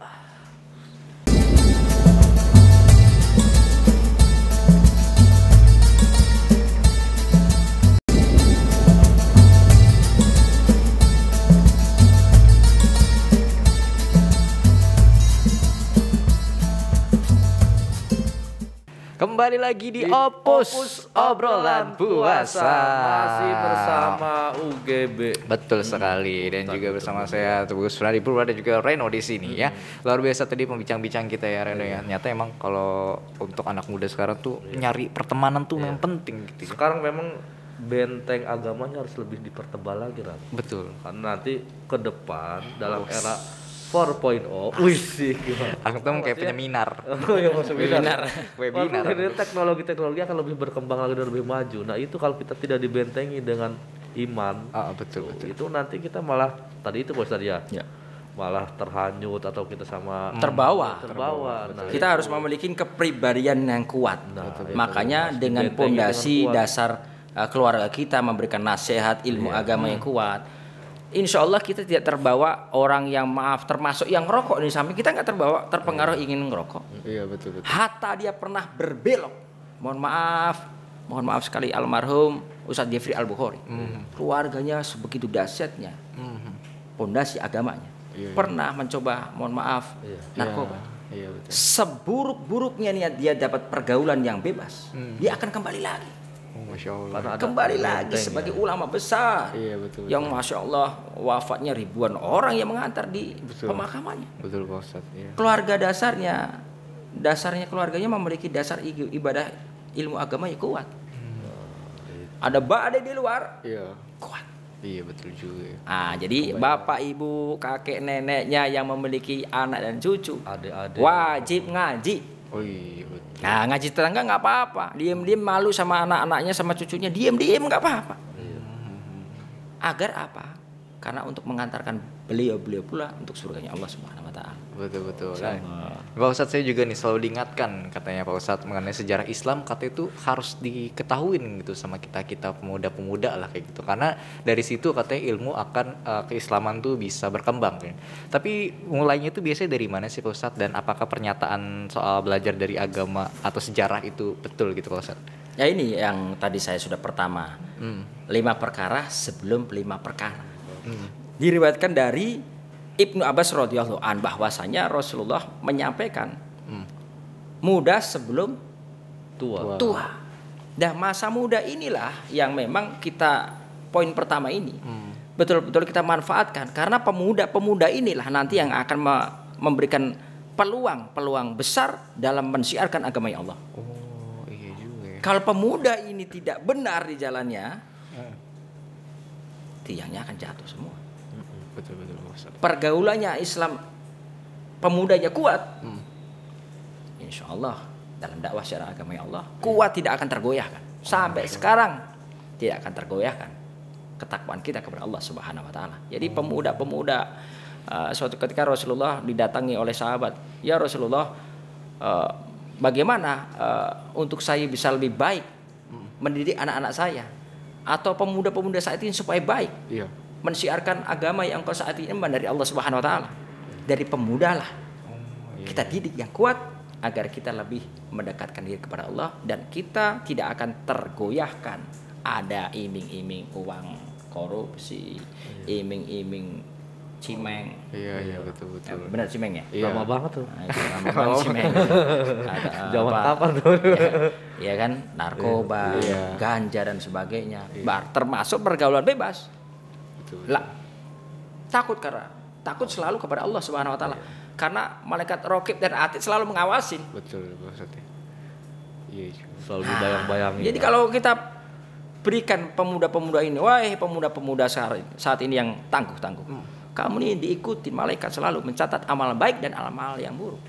Speaker 1: Kembali lagi di Opus Obrolan Puasa.
Speaker 2: Masih bersama UGB.
Speaker 1: Betul sekali, dan juga bersama saya Tugus Pradipur dan juga Reno di sini ya. Luar biasa tadi pembincang-bincang kita ya Reno ya. Ternyata emang kalau untuk anak muda sekarang tuh nyari pertemanan tuh memang penting gitu.
Speaker 2: Sekarang memang benteng agamanya harus lebih dipertebal lagi, Ram.
Speaker 1: Betul.
Speaker 2: Karena nanti ke depan dalam era 4.0, wih sih gimana?
Speaker 1: Antum kayak penyeminar.
Speaker 2: Oh iya, mau seminar.
Speaker 1: Webinar.
Speaker 2: Ini teknologi akan lebih berkembang lagi dan lebih maju. Nah itu kalau kita tidak dibentengi dengan iman,
Speaker 1: Betul.
Speaker 2: itu nanti kita malah tadi itu Pak Ustadz ya,
Speaker 3: Ya.
Speaker 2: malah terhanyut atau kita sama
Speaker 3: Terbawa.
Speaker 2: Nah,
Speaker 3: Kita harus memiliki kepribadian yang kuat.
Speaker 2: Nah,
Speaker 3: Makanya
Speaker 2: itu.
Speaker 3: dengan
Speaker 2: Dibentengi
Speaker 3: pondasi
Speaker 2: dengan kuat.
Speaker 3: dasar keluarga kita memberikan nasihat ilmu agama yang kuat. Insya Allah kita tidak terbawa orang yang termasuk yang ngerokok di samping kita nggak terpengaruh ingin ngerokok.
Speaker 1: Iya betul.
Speaker 3: Hatta dia pernah berbelok. Mohon maaf sekali almarhum Ustadz Jeffrey Al-Bukhari. Keluarganya sebegitu dahsyatnya pondasi agamanya. Pernah mencoba narkoba.
Speaker 1: Iya betul.
Speaker 3: Seburuk-buruknya niat dia dapat pergaulan yang bebas, dia akan kembali lagi.
Speaker 1: Masya Allah.
Speaker 2: Karena ada
Speaker 3: Kembali lagi
Speaker 2: benteng,
Speaker 3: sebagai ulama besar.
Speaker 1: Iya betul.
Speaker 3: Yang Masya Allah wafatnya ribuan orang yang mengantar di pemakamannya.
Speaker 1: Betul Pak Ustadz. Iya.
Speaker 3: Keluarga dasarnya keluarganya memiliki dasar ibadah ilmu agama yang kuat. Ada badai di luar,
Speaker 1: Iya.
Speaker 3: kuat.
Speaker 1: Iya betul juga.
Speaker 3: Jadi bapak ibu kakek neneknya yang memiliki anak dan cucu
Speaker 2: adik-adik
Speaker 3: wajib ngaji.
Speaker 1: Oh iya betul.
Speaker 3: Nah ngaji tetangga nggak apa-apa, diem-diem malu sama anak-anaknya sama cucunya, diem-diem nggak apa-apa. Agar apa? Karena untuk mengantarkan beliau pula untuk surganya Allah Subhanahu Wa Taala.
Speaker 1: Betul. Pak Ustadz saya juga nih selalu diingatkan katanya Pak Ustadz mengenai sejarah Islam, katanya itu harus diketahuin gitu sama kita pemuda-pemuda lah kayak gitu, karena dari situ katanya ilmu akan keislaman tuh bisa berkembang ya. Tapi mulainya itu biasanya dari mana sih Pak Ustadz, dan apakah pernyataan soal belajar dari agama atau sejarah itu betul gitu Pak Ustadz?
Speaker 3: Ya ini yang tadi saya sudah pertama 5 perkara sebelum 5 perkara. Diriwayatkan dari Ibnu Abbas radhiyallahu an bahwasanya Rasulullah menyampaikan muda sebelum tua. Dan masa muda inilah yang memang kita poin pertama ini betul-betul kita manfaatkan, karena pemuda inilah nanti yang akan memberikan peluang besar dalam mensiarkan agama Allah.
Speaker 1: Oh iya juga ya.
Speaker 3: Kalau pemuda ini tidak benar di jalannya, tiangnya akan jatuh semua.
Speaker 1: Betul Pak Ustadz.
Speaker 3: Pergaulannya Islam, pemudanya kuat, insya Allah dalam dakwah syariat agama Allah kuat, tidak akan tergoyahkan. Sampai sekarang tidak akan tergoyahkan ketakwaan kita kepada Allah Subhanahu wa taala. Jadi pemuda-pemuda suatu ketika Rasulullah didatangi oleh sahabat, "Ya Rasulullah, bagaimana untuk saya bisa lebih baik mendidik anak-anak saya atau pemuda-pemuda saat ini supaya baik mensiarkan agama yang engkau saat ini dari Allah Subhanahu wa taala?" Dari pemuda lah kita didik yang kuat agar kita lebih mendekatkan diri kepada Allah dan kita tidak akan tergoyahkan ada iming-iming uang korupsi, iming-iming cimeng.
Speaker 1: Iya betul.
Speaker 3: Benar cimeng ya?
Speaker 1: Iya.
Speaker 2: Lama banget tuh.
Speaker 3: Nah, itu lama cimeng.
Speaker 2: Zaman kapan tuh?
Speaker 3: Ya kan, narkoba, ganja dan sebagainya. Termasuk pergaulan bebas.
Speaker 1: Betul.
Speaker 3: Lah, takut selalu kepada Allah Subhanahu wa taala. Karena malaikat raqib dan atid selalu mengawasin.
Speaker 1: Betul maksudnya. Iya.
Speaker 2: Selalu dibayang-bayangin.
Speaker 3: Jadi kalau kita berikan pemuda-pemuda ini, wahai pemuda-pemuda saat ini yang tangguh-tangguh, kamu ini diikuti malaikat selalu mencatat amal baik dan amal yang buruk.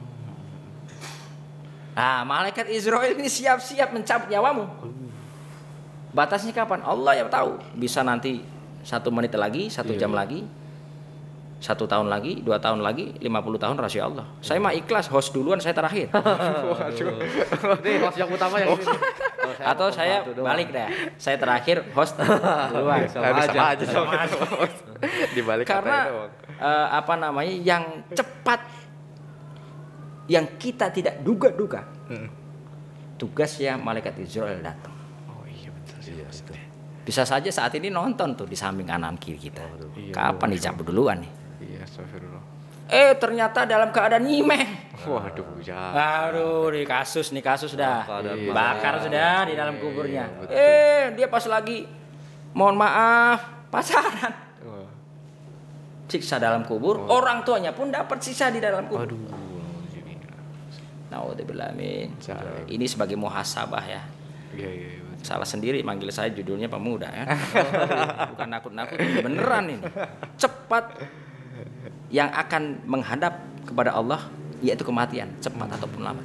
Speaker 3: Nah, malaikat Israel ini siap-siap mencabut nyawamu. Batasnya kapan? Allah yang tahu. Bisa nanti 1 menit lagi, 1 jam lagi, 1 tahun lagi, 2 tahun lagi, 50 tahun rahasia Allah. Saya mah ikhlas, host duluan, saya terakhir.
Speaker 2: Nih host yang utama yang ini.
Speaker 3: Atau saya balik deh, saya terakhir, host duluan.
Speaker 1: Sama aja. Dibalik
Speaker 3: karena yang cepat, yang kita tidak duga-duga, tugasnya malaikat Israel datang.
Speaker 1: Oh iya betul sih.
Speaker 3: Bisa saja saat ini nonton tuh di samping kanan kiri kita. Kapan dicabut duluan nih?
Speaker 1: Iya, astagfirullah.
Speaker 3: Ternyata dalam keadaan nyimeng.
Speaker 1: Waduh, jahat.
Speaker 3: Aduh, nih kasus dah. Bakar sudah di dalam kuburnya. Dia pas lagi mohon maaf, pacaran. Siksa dalam kubur, orang tuanya pun dapat siksa di dalam kubur.
Speaker 1: Aduh.
Speaker 3: Naudzubillah min. Ini sebagai muhasabah ya.
Speaker 1: Iya.
Speaker 3: Salah sendiri manggil saya judulnya pemuda ya. Bukan nakut-nakut, beneran ini. Cepat yang akan menghadap kepada Allah yaitu kematian, cepat ataupun lambat.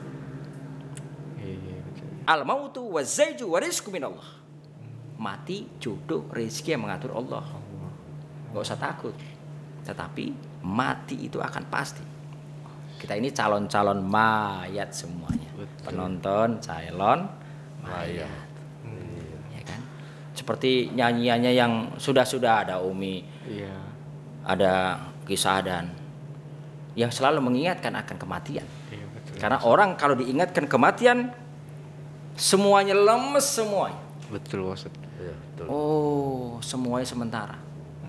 Speaker 3: Al-mautu wa zaiju wa rizqu minallah. Mati, jodoh, rezeki yang mengatur Allah. Gak usah takut. Tetapi mati itu akan pasti. Kita ini calon-calon mayat semuanya. Penonton calon mayat. Ya kan? Seperti nyanyiannya yang sudah ada Umi.
Speaker 1: Iya.
Speaker 3: Ada Kisah dan yang selalu mengingatkan akan kematian.
Speaker 1: Iya, betul.
Speaker 3: Karena orang kalau diingatkan kematian semuanya lemes semuanya.
Speaker 1: Betul maksud.
Speaker 2: Iya, betul.
Speaker 3: Oh, semuanya sementara.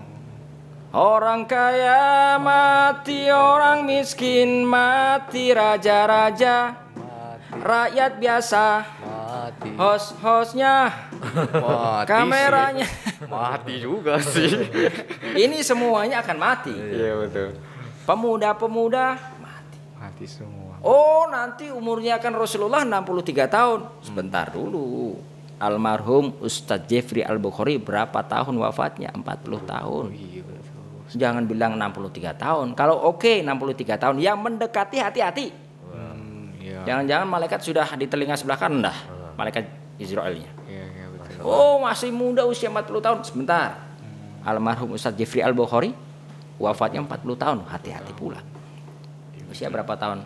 Speaker 3: Orang kaya mati, orang miskin mati, raja-raja, rakyat biasa,
Speaker 1: Mati.
Speaker 3: host-hostnya, kameranya,
Speaker 1: Mati juga sih.
Speaker 3: ini semuanya akan mati.
Speaker 1: Iya betul.
Speaker 3: Pemuda-pemuda
Speaker 1: Mati semua.
Speaker 3: oh nanti umurnya akan Rasulullah 63 tahun. Sebentar dulu. Almarhum Ustadz Jeffrey Al-Bukhari berapa tahun wafatnya? 40 tahun.
Speaker 1: Iya betul.
Speaker 3: Jangan bilang 63 tahun. Kalau oke 63 tahun, yang mendekati hati-hati.
Speaker 1: Iya.
Speaker 3: Jangan-jangan malaikat sudah di telinga sebelah kanan dah. Malaikat Israelnya.
Speaker 1: Iya betul.
Speaker 3: Oh, masih muda usia 40 tahun. Sebentar. Almarhum Ustadz Jeffrey Al-Bukhari wafatnya 40 tahun. Hati-hati pula. Usia berapa tahun?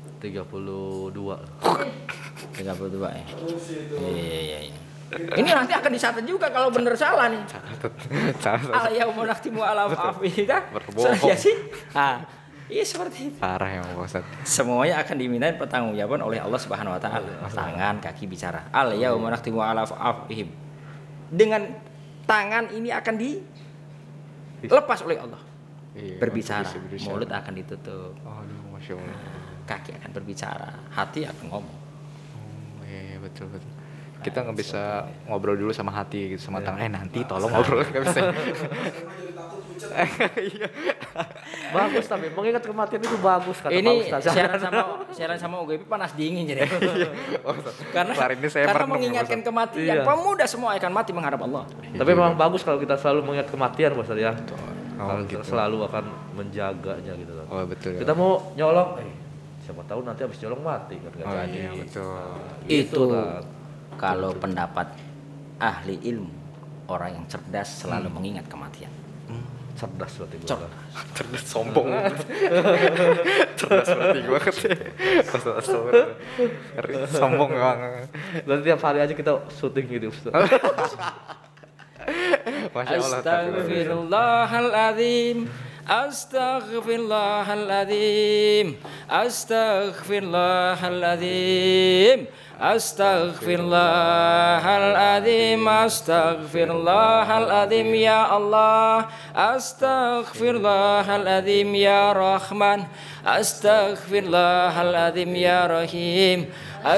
Speaker 2: 32.
Speaker 3: 32 ya. Iya. Ini nanti akan dicatat juga kalau benar salah nih.
Speaker 1: Catat.
Speaker 3: Al-yawma nakhtimu ala afwahihim.
Speaker 1: Berbohong.
Speaker 3: Ya sih? Iya seperti itu.
Speaker 1: Parah yang Ustaz.
Speaker 3: Semuanya akan dimintain pertanggungjawaban oleh Allah Subhanahu wa taala. Tangan, kaki bicara. Al-yawma nakhtimu ala afwahihim. Dengan tangan ini akan dilepas oleh Allah.
Speaker 1: Iya,
Speaker 3: Berbicara.
Speaker 1: berbicara.
Speaker 3: Mulut akan ditutup.
Speaker 1: Aduh, Masya Allah.
Speaker 3: Kaki akan berbicara. Hati akan ngomong.
Speaker 1: Iya betul. Kita nggak bisa ngobrol dulu sama hati gitu, sama tangan. Nanti tolong ngobrol nggak bisa. Iya.
Speaker 2: Bagus tapi mengingat kematian itu bagus kata Pak
Speaker 3: Ini
Speaker 2: Ustaz.
Speaker 3: siaran sama UGP panas dingin jadi. karena
Speaker 1: Hari ini saya
Speaker 3: karena
Speaker 1: merenung,
Speaker 3: mengingatkan
Speaker 1: Ustaz.
Speaker 3: kematian,
Speaker 2: Iya.
Speaker 3: pemuda semua akan mati menghadap Allah.
Speaker 2: Tapi memang bagus kalau kita selalu mengingat kematian Pak Ustaz ya. Kalau
Speaker 1: gitu.
Speaker 2: kita selalu akan menjaganya gitu kan.
Speaker 1: Oh betul.
Speaker 2: Kita mau nyolong, siapa tahu nanti habis nyolong mati kan
Speaker 1: Oh iya betul.
Speaker 3: Itu
Speaker 2: kan.
Speaker 3: kalau pendapat ahli ilmu orang yang cerdas selalu mengingat kematian.
Speaker 2: Cerdas berarti gua.
Speaker 1: Cerdas sombong. Cerdas berarti gua kata. Sombong memang.
Speaker 2: Berarti tiap hari aja kita syuting gitu.
Speaker 1: Masya Allah.
Speaker 3: Astaghfirullahaladzim. Astaghfirullahaladzim. Astaghfirullahaladzim. Astaghfirullahaladzim. Astaghfirullahaladzim ya Allah. Astaghfirullahaladzim ya Rahman. Astaghfirullahaladzim ya Rahim.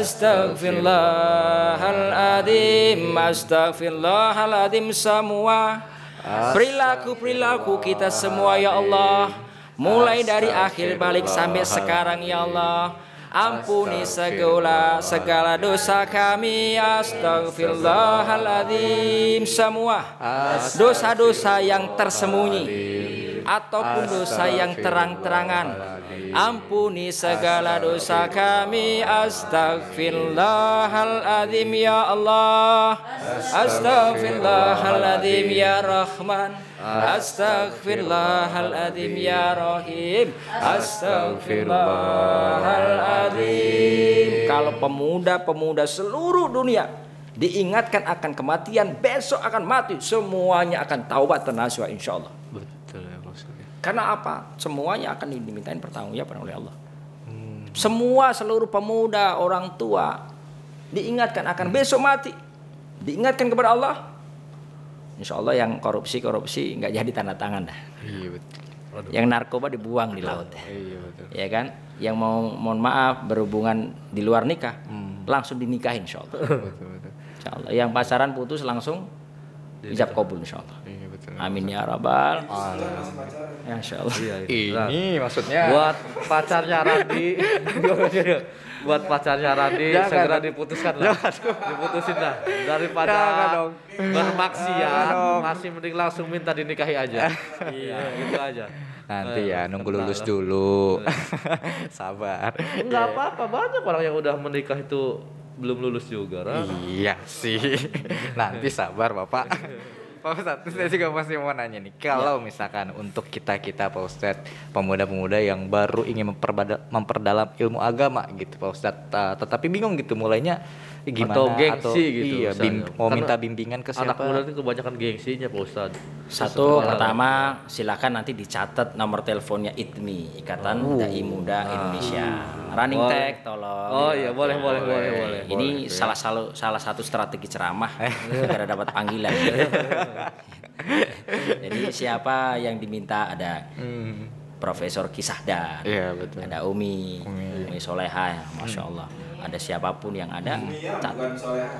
Speaker 3: Astaghfirullahaladzim. Astaghfirullahaladzim semua perilaku-perilaku kita semua ya Allah, mulai dari akhir balik sampai sekarang ya Allah. Ampuni segala dosa kami. Astaghfirullahaladzim. Semua dosa-dosa yang tersembunyi ataupun dosa yang terang-terangan, ampuni segala dosa kami. Astaghfirullahaladzim ya Allah. Astaghfirullahaladzim ya Rahman. Astaghfirullahaladzim ya Rahim. Astaghfirullahaladzim. Kalau pemuda-pemuda seluruh dunia diingatkan akan kematian, besok akan mati, semuanya akan taubat dan nasuha insyaallah.
Speaker 2: Betul ya maksudnya.
Speaker 3: Karena apa? Semuanya akan dimintain pertanggungjawaban oleh Allah. Semua seluruh pemuda, orang tua diingatkan akan besok mati, diingatkan kepada Allah. Insya Allah yang korupsi nggak jadi tanda tangan dah.
Speaker 1: Iya betul.
Speaker 3: Yang narkoba dibuang di laut.
Speaker 1: Iya betul.
Speaker 3: Ya kan? Yang mohon maaf berhubungan di luar nikah, langsung dinikahin insya Allah.
Speaker 1: Betul.
Speaker 3: Insya Allah. Yang pacaran putus langsung ijab kabul insya Allah.
Speaker 1: Iya betul.
Speaker 3: Amin ya rabbal. Ya insya Allah.
Speaker 1: Ini maksudnya
Speaker 2: Buat pacarnya Randi. Buat pacarnya Randi segera diputuskan lah. Diputusin lah daripada bermaksiat, masih mending langsung minta dinikahi aja. Iya, gitu aja.
Speaker 1: nanti ya nunggu lulus dulu. Sabar.
Speaker 2: Enggak apa-apa, banyak orang yang udah menikah itu belum lulus juga, Ran.
Speaker 1: Iya sih. Nanti sabar Bapak. Pak Ustadz, saya juga masih mau nanya nih, kalau misalkan untuk kita Pak Ustadz, pemuda-pemuda yang baru ingin memperdalam ilmu agama gitu Pak Ustadz, tetapi bingung gitu mulainya gimana
Speaker 2: atau gengsi gitu,
Speaker 1: iya, mau minta bimbingan ke siapa?
Speaker 2: Anak muda itu kebanyakan gengsinya Pak Ustadz.
Speaker 3: Satu, pertama silakan nanti dicatat nomor teleponnya ITMI, Ikatan Dai Muda Indonesia. Running tag tolong.
Speaker 2: Oh iya, boleh.
Speaker 3: Ini salah satu strategi ceramah agar dapat panggilan. Jadi siapa yang diminta ada Profesor Kisahdan,
Speaker 1: Iya betul.
Speaker 3: ada Umi Soleha, Masya Allah. Ada siapapun yang ada, catat.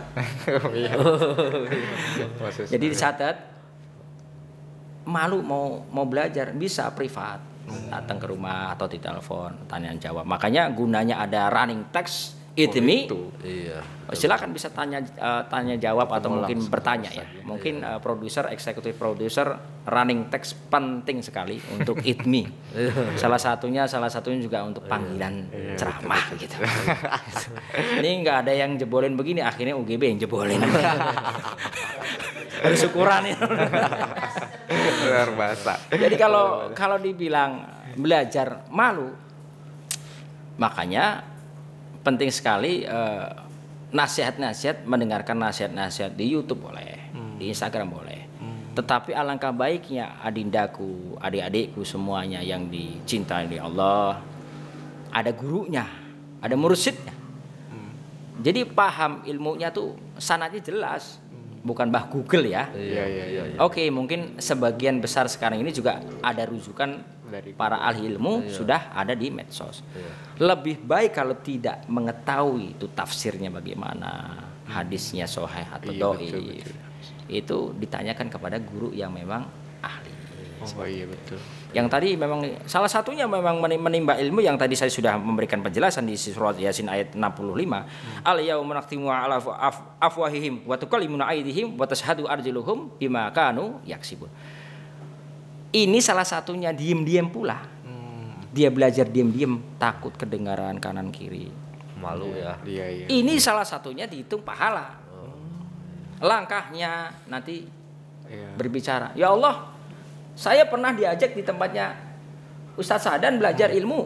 Speaker 3: Jadi dicatat. Malu mau belajar bisa privat, datang ke rumah atau di telepon, tanya jawab. Makanya gunanya ada running text ITMI.
Speaker 2: Iya.
Speaker 3: Silakan bisa tanya jawab atau mungkin bertanya ya. Mungkin produser, eksekutif produser, running text penting sekali untuk ITMI. Salah satunya juga untuk panggilan ceramah gitu. Ini nggak ada yang jebolin begini, akhirnya UGB yang jebolin. Ada syukuran ya.
Speaker 1: Luar biasa.
Speaker 3: Jadi kalau dibilang belajar malu, makanya penting sekali nasihat-nasihat, mendengarkan nasihat-nasihat di YouTube boleh, di Instagram boleh. Tetapi alangkah baiknya adindaku, adik-adikku semuanya yang dicintai oleh Allah, ada gurunya, ada mursyidnya. Jadi paham ilmunya tuh sanadnya jelas, bukan bah Google ya.
Speaker 1: Iya.
Speaker 3: Oke, mungkin sebagian besar sekarang ini juga ada rujukan dari para ahli ilmu sudah ada di medsos. Lebih baik kalau tidak mengetahui itu tafsirnya bagaimana, hadisnya sahih atau dhaif. Itu ditanyakan kepada guru yang memang ahli.
Speaker 1: Oh iya betul.
Speaker 3: Yang tadi memang salah satunya memang menimba ilmu yang tadi saya sudah memberikan penjelasan di surat Yasin ayat 65. Al yauma nakhtimu ala afwahihim wa tukallimuna aydihim wa tashhadu arjuluhum bima kanu yaksibun. Ini salah satunya diam-diam pula. Dia belajar diam-diam, takut kedengaran kanan kiri.
Speaker 2: Malu ya.
Speaker 1: Iya.
Speaker 3: Ini salah satunya dihitung pahala. Langkahnya nanti berbicara. Ya Allah, saya pernah diajak di tempatnya Ustadz Sadan belajar ilmu,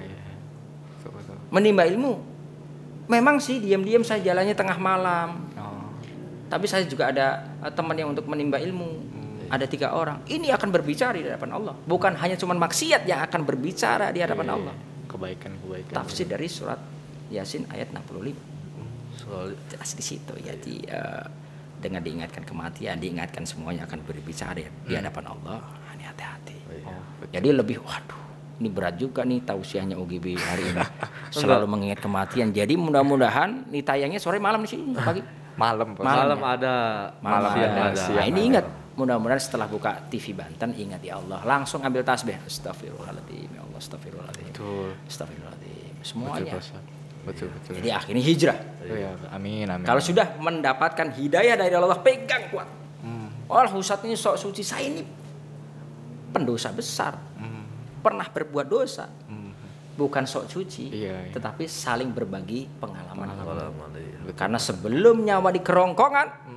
Speaker 3: menimba ilmu. Memang sih diam-diam saya jalannya tengah malam. Tapi saya juga ada teman yang untuk menimba ilmu. Ada 3 orang. Ini akan berbicara di hadapan Allah. Bukan hanya cuma maksiat yang akan berbicara di hadapan Allah.
Speaker 1: Kebaikan.
Speaker 3: Tafsir dari surat Yasin ayat 65. Jelas di situ. Jadi dengan diingatkan kematian, diingatkan semuanya akan berbicara di hadapan Allah. Ini hati-hati. Jadi lebih, waduh, ini berat juga nih tausiahnya UGB hari ini. Selalu mengingat kematian. Jadi mudah-mudahan nih tayangnya sore malam di sini pagi.
Speaker 2: Malam ada.
Speaker 3: Nah, ini ingat. Mudah-mudahan setelah buka TV Banten ingat ya Allah, langsung ambil tasbih. Astagfirullahaladzim, ya Allah, astagfirullahaladzim. Astagfirullahaladzim. Semuanya.
Speaker 1: Betul.
Speaker 3: Jadi akhirnya hijrah.
Speaker 1: Amin.
Speaker 3: Kalau sudah mendapatkan hidayah dari Allah, pegang kuat. Allah Ustadz ini sok suci, saya ini pendosa besar. Pernah berbuat dosa. Bukan sok suci, tetapi saling berbagi pengalaman. Karena sebelum nyawa di kerongkongan,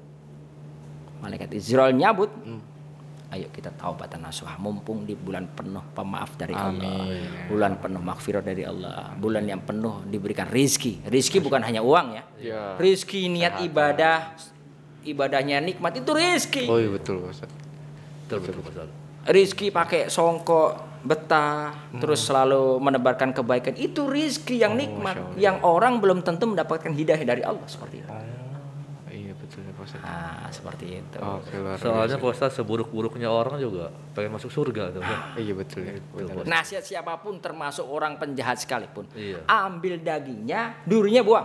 Speaker 3: malaikat Israel nyabut. Ayo kita taubatan nasuha, mumpung di bulan penuh pemaaf dari Allah. Bulan penuh maghfirah dari Allah. Bulan yang penuh diberikan rizki. Rizki bukan hanya uang ya. Rizki niat ibadah, ibadahnya nikmat, itu rizki.
Speaker 1: Oh iya betul Ustaz.
Speaker 2: Betul.
Speaker 3: Rizki pakai songkok, betah, terus selalu menebarkan kebaikan, itu rizki yang nikmat, yang orang belum tentu mendapatkan hidayah dari Allah seperti itu.
Speaker 1: Iya betul ya Pak Ustaz.
Speaker 3: Nah, seperti itu.
Speaker 2: Soalnya Pak Ustaz, seburuk-buruknya orang juga pengen masuk surga tuh.
Speaker 1: Iya betul ya.
Speaker 3: Nasihat siapapun termasuk orang penjahat sekalipun, ambil dagingnya, durinya buang.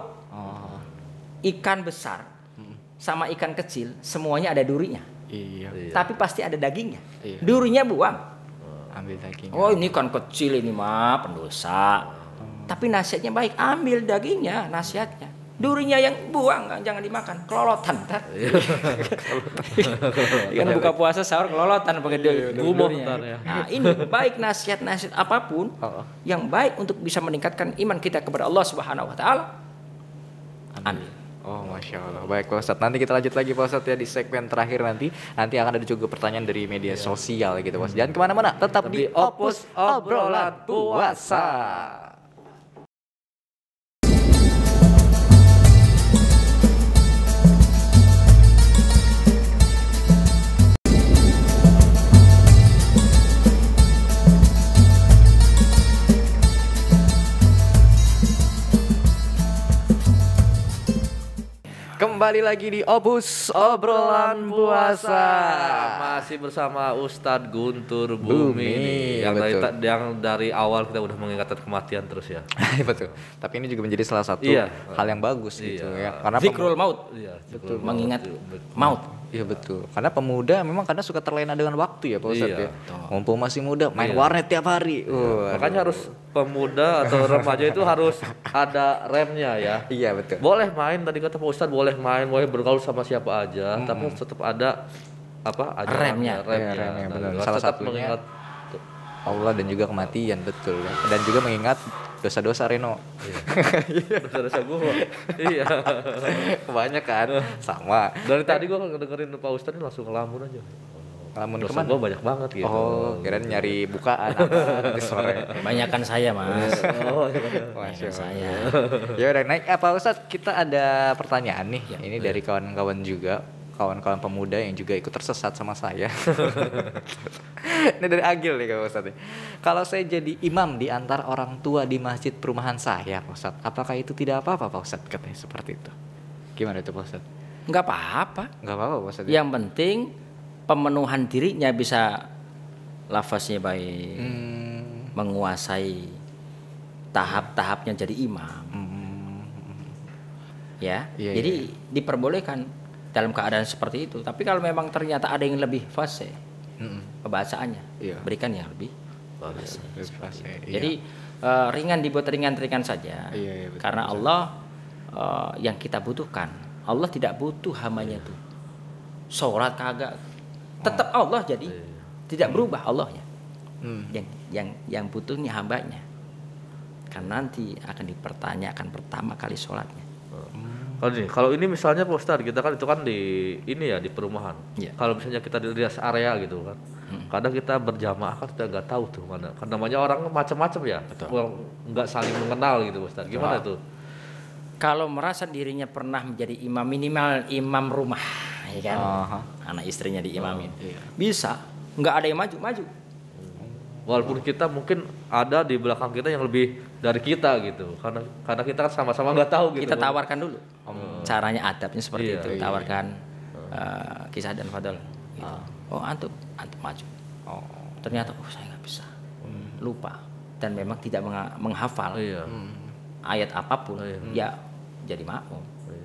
Speaker 3: Ikan besar sama ikan kecil semuanya ada durinya.
Speaker 1: Iya.
Speaker 3: Tapi pasti ada dagingnya. Durinya buang.
Speaker 1: Ambil daging.
Speaker 3: Oh, ini kan kecil ini mah pendosa. Tapi nasihatnya baik, ambil dagingnya, nasihatnya. Durinya yang buang, jangan dimakan. Kelolotan ntar. Kan buka puasa sahur kelolotan pakai durinya. Nah, ini baik nasihat-nasihat apapun yang baik untuk bisa meningkatkan iman kita kepada Allah Subhanahu wa taala. Ambil.
Speaker 1: Oh, Masya Allah. Baik Pak Ustadz, nanti kita lanjut lagi Pak Ustadz ya di segmen terakhir nanti. Nanti akan ada juga pertanyaan dari media sosial gitu Pak. Jangan kemana-mana, tetap di Opus Obrolan Puasa. Kembali lagi di Opus Obrolan Puasa.
Speaker 2: Masih bersama Ustadz Guntur Bumi yang dari awal kita udah mengingatkan kematian terus ya.
Speaker 1: Betul. Tapi ini juga menjadi salah satu hal yang bagus gitu ya. Karena
Speaker 3: zikrul maut.
Speaker 1: Betul.
Speaker 3: Mengingat maut.
Speaker 1: Iya betul. Karena pemuda memang karena suka terlena dengan waktu ya Pak Ustadz ya. Mumpung masih muda main warnet tiap hari.
Speaker 2: Makanya harus pemuda atau remaja itu harus ada remnya ya.
Speaker 1: Iya betul.
Speaker 2: Boleh main, tadi kata Pak Ustadz, boleh main, boleh bergaul sama siapa aja, tapi tetap ada
Speaker 3: remnya.
Speaker 1: Remnya benar. Salah satunya mengingat Allah dan juga kematian, betul ya. Dan juga mengingat dosa-dosa Reno.
Speaker 2: Dosa-dosa gua. Iya.
Speaker 1: Kebanyakan sama.
Speaker 2: Dari tadi gua dengerin Pak Ustadz ini langsung ngelamun aja.
Speaker 1: Ngelamun
Speaker 2: dosa
Speaker 1: kemana?
Speaker 2: Gua banyak banget gitu.
Speaker 1: Oh, kirain nyari bukaan nanti sore.
Speaker 3: Kebanyakan saya, Mas.
Speaker 1: Masya
Speaker 3: saya.
Speaker 1: Ya udah naik Pak Ustadz, kita ada pertanyaan nih. Ini dari kawan-kawan juga. Kawan-kawan pemuda yang juga ikut tersesat sama saya. Ini dari Agil nih Pak Ustadz. Kalau saya jadi imam di antara orang tua di masjid perumahan saya Pak Ustadz, apakah itu tidak apa-apa Pak Ustadz? Katanya seperti itu. Gimana itu Pak Ustadz?
Speaker 3: Enggak apa-apa.
Speaker 1: Enggak apa-apa Pak Ustadz.
Speaker 3: Yang penting pemenuhan dirinya bisa lafaznya baik. Menguasai tahap-tahapnya jadi imam. Jadi diperbolehkan dalam keadaan seperti itu. Tapi kalau memang ternyata ada yang lebih fasih pembacaannya, berikan yang lebih fasih. Jadi ringan, dibuat ringan-ringan saja.
Speaker 1: Betul,
Speaker 3: karena Allah yang kita butuhkan, Allah tidak butuh hambanya itu. Sholat kagak, tetap Allah jadi tidak berubah Allahnya. Yang butuhnya hambanya. Kan nanti akan dipertanyakan pertama kali sholatnya.
Speaker 2: Kalau ini misalnya Pak Ustadz, kita kan itu kan di ini ya di perumahan.
Speaker 3: Iya.
Speaker 2: Kalau misalnya kita di rest area gitu kan, kadang kita berjamaah kan kita nggak tahu tuh mana. Kan namanya orang macam-macam ya, nggak saling mengenal gitu Pak Ustadz. Gimana tuh?
Speaker 3: Kalau merasa dirinya pernah menjadi imam, minimal imam rumah, ya kan? Anak istrinya diimamin. Bisa, nggak ada yang maju.
Speaker 2: Walaupun kita mungkin ada di belakang kita yang lebih dari kita gitu, karena kita kan sama-sama nggak tahu gitu.
Speaker 3: Kita tawarkan dulu. Caranya adabnya seperti itu.
Speaker 2: Iya.
Speaker 3: Tawarkan Kisah dan Fadl. Gitu. Oh antum maju. Ternyata saya nggak bisa, lupa dan memang tidak menghafal ayat apapun. Ya jadi makmum.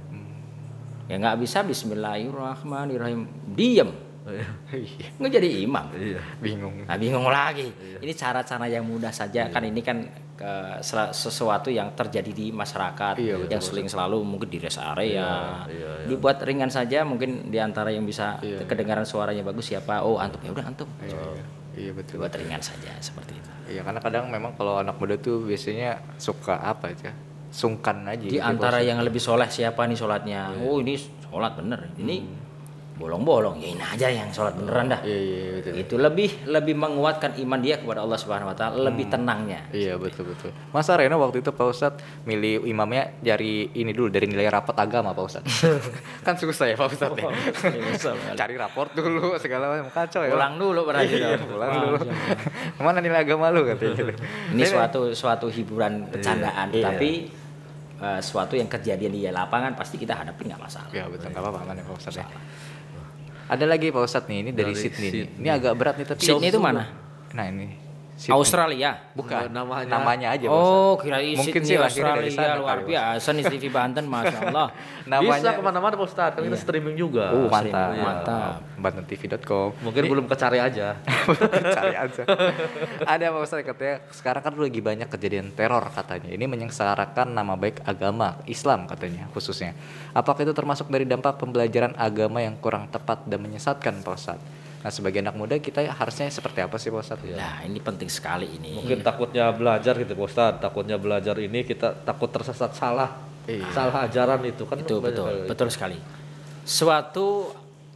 Speaker 3: Ya nggak bisa Bismillahirrahmanirrahim, diam. Nggak jadi imam.
Speaker 1: Bingung.
Speaker 3: Nah, bingung lagi. Ini cara-cara yang mudah saja. Kan ini kan sesuatu yang terjadi di masyarakat yang sering selalu mungkin di rest area. Dibuat ringan saja, mungkin diantara yang bisa kedengaran suaranya bagus siapa? Oh antum, ya udah antum.
Speaker 1: Iya betul.
Speaker 3: Buat ringan saja seperti itu.
Speaker 1: Iya karena kadang memang kalau anak muda tuh biasanya suka apa aja, sungkan aja.
Speaker 3: Di antara yang lebih soleh siapa nih sholatnya? Oh ini sholat bener. Ini bolong-bolong, ya ini aja yang sholat beneran dah.
Speaker 1: Iya betul.
Speaker 3: Itu lebih menguatkan iman dia kepada Allah Subhanahu Wa Taala, lebih tenangnya.
Speaker 1: Iya betul. Masa Reno waktu itu Pak Ustadz milih imamnya dari ini dulu, dari nilai rapot agama Pak Ustadz. Kan susah ya Pak Ustadz ya. Cari raport dulu segala macam, kacau ya.
Speaker 3: Pulang dulu berarti.
Speaker 1: Pulang dulu. Mana nilai agama lu katanya gitu.
Speaker 3: Ini suatu hiburan bercandaan, tapi suatu yang kejadian di lapangan pasti kita hadapi nggak masalah.
Speaker 1: Iya betul, nggak apa-apa aman ya Pak Ustadz ya. Ada lagi Pak Ustadz nih, ini dari Sydney. Ini agak berat nih tapi.
Speaker 3: Sydney itu mana?
Speaker 1: Nah ini
Speaker 3: Australia.
Speaker 1: Bukan,
Speaker 2: Namanya
Speaker 1: aja Pak Ustadz.
Speaker 3: Oh, kirain
Speaker 1: Mungkin
Speaker 3: Sydney
Speaker 1: sih lahirnya dari
Speaker 3: Australia
Speaker 1: sana
Speaker 3: luar
Speaker 1: kali,
Speaker 3: biasa nih TV Banten, masya Allah.
Speaker 2: Bisa kemana-mana Pak Ustadz, kan kita streaming juga.
Speaker 1: Mantap. BantenTV.com.
Speaker 2: Mungkin belum kecari aja.
Speaker 1: Cari aja. Ada Pak Ustadz katanya sekarang kan lagi banyak kejadian teror katanya. Ini menyengsarakan nama baik agama Islam katanya khususnya. Apakah itu termasuk dari dampak pembelajaran agama yang kurang tepat dan menyesatkan Pak Ustadz? Nah sebagai anak muda kita harusnya seperti apa sih Pak Ustadz?
Speaker 3: Nah ini penting sekali ini.
Speaker 2: Mungkin takutnya belajar gitu Pak Ustadz, takutnya belajar ini kita takut tersesat salah ajaran itu kan.
Speaker 3: Itu betul sekali. Suatu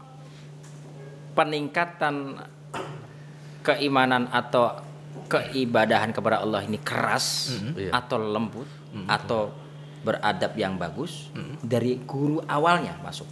Speaker 3: peningkatan keimanan atau keibadahan kepada Allah ini keras atau lembut atau beradab yang bagus dari guru awalnya masuk.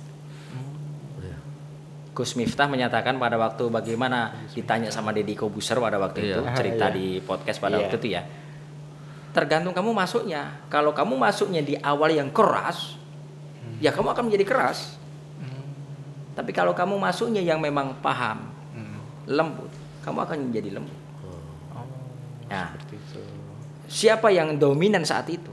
Speaker 3: Gus Miftah menyatakan pada waktu bagaimana ditanya sama Deddy Kobuser pada waktu itu cerita di podcast pada waktu itu ya, tergantung kamu masuknya. Kalau kamu masuknya di awal yang keras, ya kamu akan menjadi keras. Tapi kalau kamu masuknya yang memang paham, lembut, kamu akan menjadi lembut. Nah, siapa yang dominan saat itu?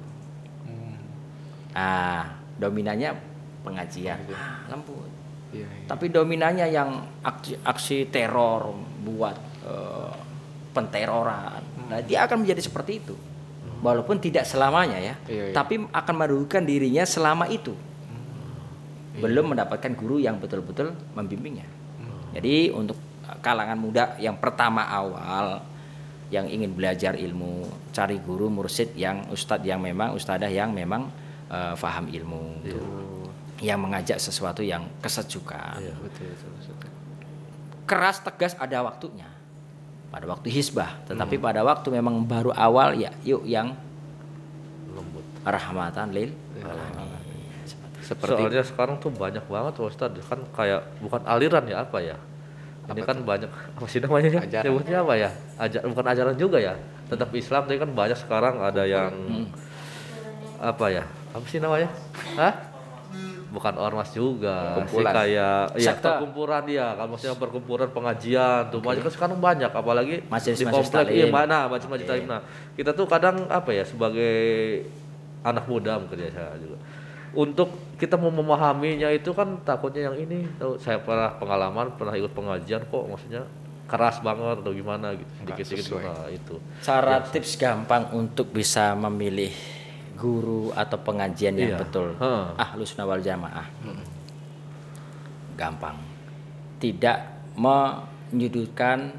Speaker 3: Dominannya pengajian, lembut. Tapi dominannya yang aksi teror, buat penteroran. Nah, dia akan menjadi seperti itu. Walaupun tidak selamanya ya, tapi akan merugikan dirinya selama itu. Belum mendapatkan guru yang betul-betul membimbingnya. Jadi untuk kalangan muda yang pertama awal yang ingin belajar ilmu, cari guru mursyid yang ustadz yang memang ustadzah yang memang faham ilmu. Yang mengajak sesuatu yang kesejukan.
Speaker 1: Betul.
Speaker 3: Keras tegas ada waktunya. Pada waktu hisbah, tetapi pada waktu memang baru awal ya yuk yang
Speaker 2: Lembut.
Speaker 3: rahmatan lil alamin.
Speaker 2: Soalnya sekarang tuh banyak banget Ustadz, kan kayak bukan aliran ya apa ya? Ini kan banyak apa sih namanya ya? Nyebutnya apa ya? Bukan ajaran juga ya. Tetap Islam tapi kan banyak sekarang ada yang apa ya? Apa sih namanya? Bukan ormas juga,
Speaker 1: kumpulan.
Speaker 2: sih kayak ya
Speaker 3: Sekte.
Speaker 2: perkumpulan dia, kalau maksudnya perkumpulan pengajian tuh banyak kan sekarang banyak, apalagi
Speaker 3: Majelis
Speaker 2: di komplek
Speaker 3: taklim.
Speaker 2: mana majelis taklim. Nah, kita tuh kadang apa ya sebagai anak muda mungkin ya saya juga. Untuk kita mau memahaminya itu kan takutnya yang ini, saya pernah pengalaman pernah ikut pengajian kok maksudnya keras banget atau gimana gitu, dikit-dikit itu.
Speaker 3: Cara tips gampang untuk bisa memilih guru atau pengajian yang betul Ahlus Sunnah wal Jamaah. Gampang. Tidak menyudutkan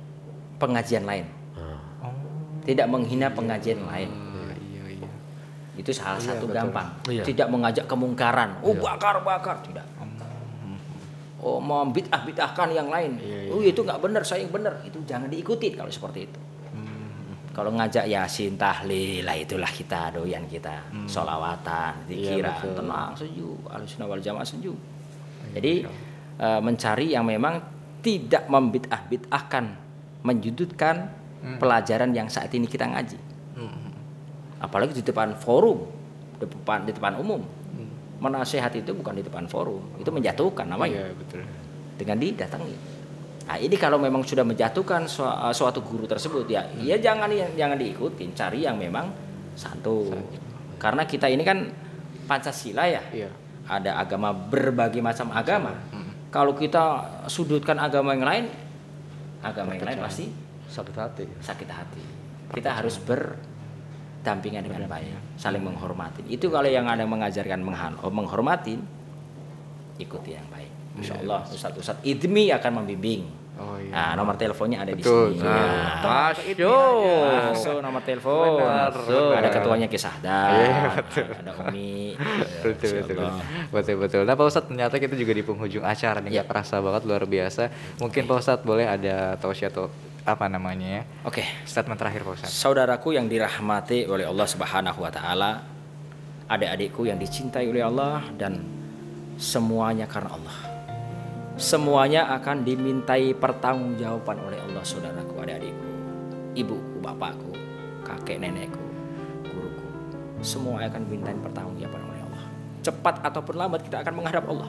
Speaker 3: pengajian lain. Tidak menghina pengajian lain. Itu salah satu
Speaker 1: betul.
Speaker 3: gampang.
Speaker 2: Iya.
Speaker 3: Tidak mengajak kemungkaran. Oh bakar tidak. Oh membid'ah-bid'ahkan yang lain. Oh itu nggak benar, saya yang benar. Itu jangan diikuti kalau seperti itu. Kalau ngajak yasin, tahlil, lah itulah kita doyan kita. Sholawatan, zikiran, tenang, sejuk. Ahlussunnah wal jamaah sejuk. Jadi mencari yang memang tidak membid'ah-bid'ahkan, menjudutkan pelajaran yang saat ini kita ngaji. Apalagi di depan forum, di depan umum. Menasihat itu bukan di depan forum, itu menjatuhkan namanya.
Speaker 1: Iya, betul.
Speaker 3: Dengan didatangi. Nah, ini kalau memang sudah menjatuhkan suatu guru tersebut ya jangan diikutin, cari yang memang santun. Karena kita ini kan Pancasila ya.
Speaker 1: Iya.
Speaker 3: Ada agama, berbagai macam agama. Kalau kita sudutkan agama yang lain pasti
Speaker 2: Sakit hati.
Speaker 3: sakit hati. Kita harus berdampingan dengan baik, saling menghormati. Itu kalau yang ada mengajarkan menghormatin, ikuti yang baik. Insyaallah Ustaz Idmi akan membimbing.
Speaker 1: Oh iya.
Speaker 3: Nah, nomor teleponnya ada di
Speaker 1: Betul,
Speaker 3: sini.
Speaker 1: betul.
Speaker 3: Nah, masuk nomor telepon. Ada ketuanya Kisahda. Ada Umi.
Speaker 1: Betul. Nah Pak Ustadz, ternyata kita juga di penghujung acara nih, nggak kerasa banget, luar biasa. Mungkin Pak Ustadz boleh ada tausiah atau apa namanya ya?
Speaker 3: Oke.
Speaker 1: Statement terakhir Pak Ustadz.
Speaker 3: Saudaraku yang dirahmati oleh Allah Subhanahu wa taala, adik-adikku yang dicintai oleh Allah, dan semuanya karena Allah. Semuanya akan dimintai pertanggungjawaban oleh Allah, saudaraku, adik-adikku, ibuku, bapakku, kakek nenekku, guruku. Semua akan dimintai pertanggungjawaban oleh Allah. Cepat ataupun lambat kita akan menghadap Allah.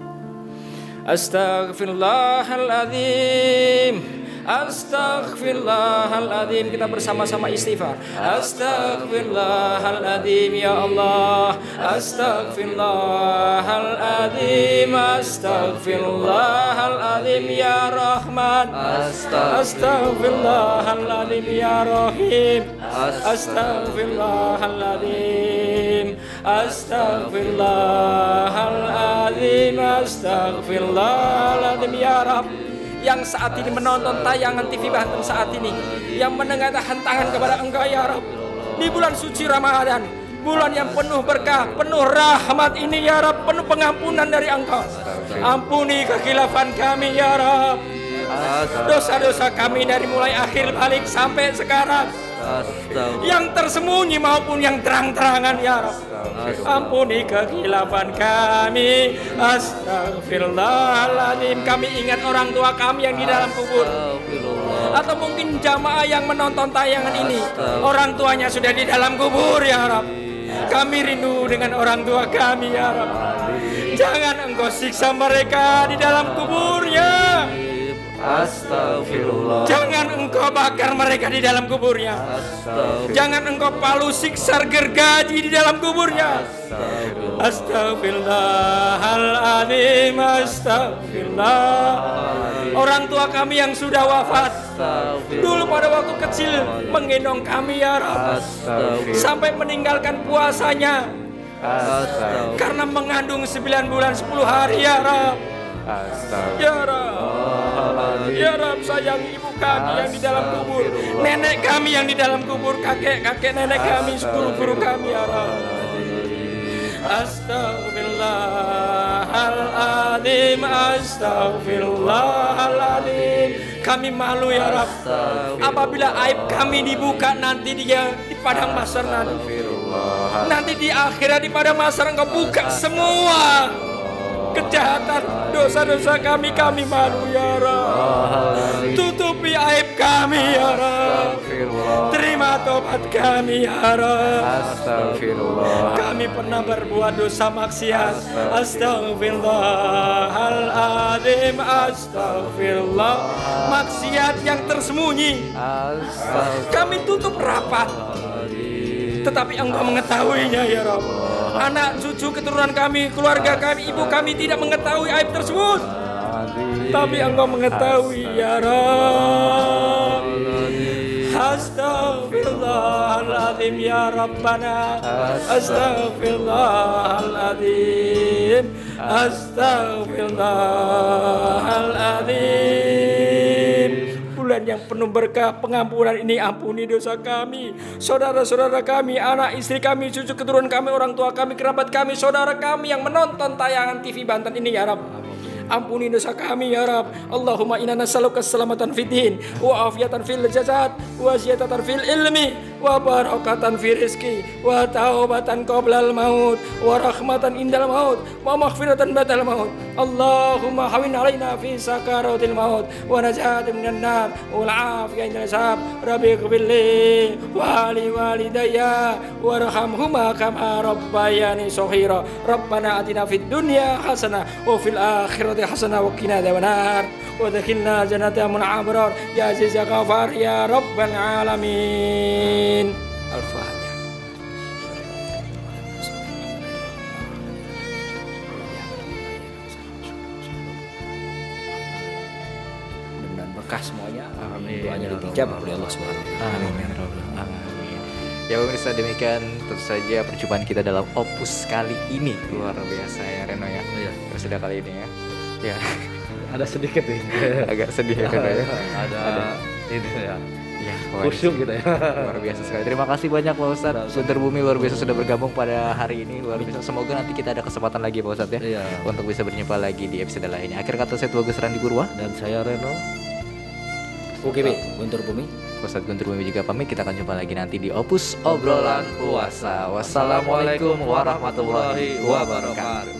Speaker 3: Astaghfirullahaladzim. Astaghfirullahaladzim. Kita bersama-sama istighfar. Astaghfirullahaladzim ya Allah. Astaghfirullahaladzim. Astaghfirullahaladzim ya Rahman. Astaghfirullahaladzim ya Rahim. Astaghfirullahaladzim. Astaghfirullahaladzim. Astaghfirullahaladzim ya Rabb. Yang saat ini menonton tayangan TV Banten saat ini, yang menengadahkan tangan kepada Engkau ya Rabb, di bulan suci Ramadan, bulan yang penuh berkah, penuh rahmat ini ya Rabb, penuh pengampunan dari Engkau. Ampuni kekhilafan kami ya Rabb, dosa-dosa kami dari mulai akhir balik sampai sekarang, yang tersembunyi maupun yang terang-terangan ya Rabb. Ampuni kekhilafan kami. Astagfirullahaladzim. Kami ingat orang tua kami yang di dalam kubur, atau mungkin jamaah yang menonton tayangan ini, orang tuanya sudah di dalam kubur ya Rabb. Kami rindu dengan orang tua kami ya Rabb. Jangan Engkau siksa mereka di dalam kuburnya.
Speaker 2: Astagfirullah.
Speaker 3: Jangan Engkau bakar mereka di dalam kuburnya. Jangan Engkau palu siksa gergaji di dalam kuburnya. Astagfirullahaladzim. Astagfirullah. Orang tua kami yang sudah wafat dulu pada waktu kecil menggendong kami ya Rabb, sampai meninggalkan puasanya karena mengandung 9 bulan 10 hari ya Rabb. Ya Rabb, ya Rabb, sayangi ibu kami yang di dalam kubur, nenek kami yang di dalam kubur, kakek nenek kami, guru kami ya Rabb. Astagfirullahaladzim. Astagfirullahaladzim. Kami malu ya Rabb apabila aib kami dibuka nanti di padang mahsyar nanti di akhirat, di padang mahsyar Engkau buka semua kejahatan, dosa-dosa kami malu ya Rabb. Tutupi aib kami ya Rabb. Terima tobat kami ya Rabb. Kami pernah berbuat dosa maksiat. Astagfirullahaladzim. Astagfirullah. Maksiat yang tersembunyi kami tutup rapat, tetapi Engkau mengetahuinya ya Rabb. Anak cucu keturunan kami, keluarga kami, ibu kami tidak mengetahui aib tersebut, tapi Engkau mengetahui ya Rabb. Astaghfirullahaladzim ya Rabbana. Astaghfirullahaladzim. Astaghfirullahaladzim.
Speaker 4: bulan yang penuh berkah pengampunan ini, ampuni dosa kami, saudara-saudara kami, anak istri kami, cucu keturunan kami, orang tua kami, kerabat kami, saudara kami yang menonton tayangan TV Banten ini ya Rabb. Ampuni dosa kami ya Rabb. Allahumma inna nas'aluka keselamatan fid din wa afiatan fil jasad wa ziyadatan fil ilmi wa barakatan fil rizqi wa taubatan qoblal maut wa rahmatan indal maut wa maghfiratan ba'dal maut. Allahumma hawin alaina fi sakaratil maut wa najatan minan nar wal afiyatan indal hisab. Rabbi ighfirli wa li walidayya warhamhuma kama rabbayani shaghira. Rabbana atina fid dunya hasanah wa fil akhirati hasanah wa qina adzabannar wa adkhilna jannata min abrar ya aziz ya ghafar ya rabbal alamin. Al-Fatihah. Mudah-mudahan berkah semuanya. Amin. Doanya dijawab oleh Allah Subhanahu wa taala.
Speaker 1: Amin. Amin. Ya pemirsa, demikian tentu saja perjumpaan kita dalam opus kali ini. Luar biasa ya Reno ya.
Speaker 2: Iya.
Speaker 1: Sudah kali ini ya. Ya.
Speaker 2: Ada sedikit nih.
Speaker 1: Agak sedih ya Reno ya.
Speaker 2: Ada ini ya.
Speaker 1: Ya,
Speaker 2: Khusyuk gitu ya.
Speaker 1: Luar biasa sekali. Terima kasih banyak Pak Ustadz. Guntur Bumi luar biasa sudah bergabung pada hari ini. Luar biasa. Semoga nanti kita ada kesempatan lagi Pak Ustadz ya.
Speaker 2: Iya.
Speaker 1: Untuk bisa berjumpa lagi di episode lainnya. Akhir kata saya Tuagus Randi Purwa.
Speaker 2: Dan saya Reno.
Speaker 3: UGB Guntur Bumi.
Speaker 1: Ustadz Guntur Bumi juga pamit. Kita akan jumpa lagi nanti di Opus Obrolan Puasa. Wassalamualaikum warahmatullahi wabarakatuh.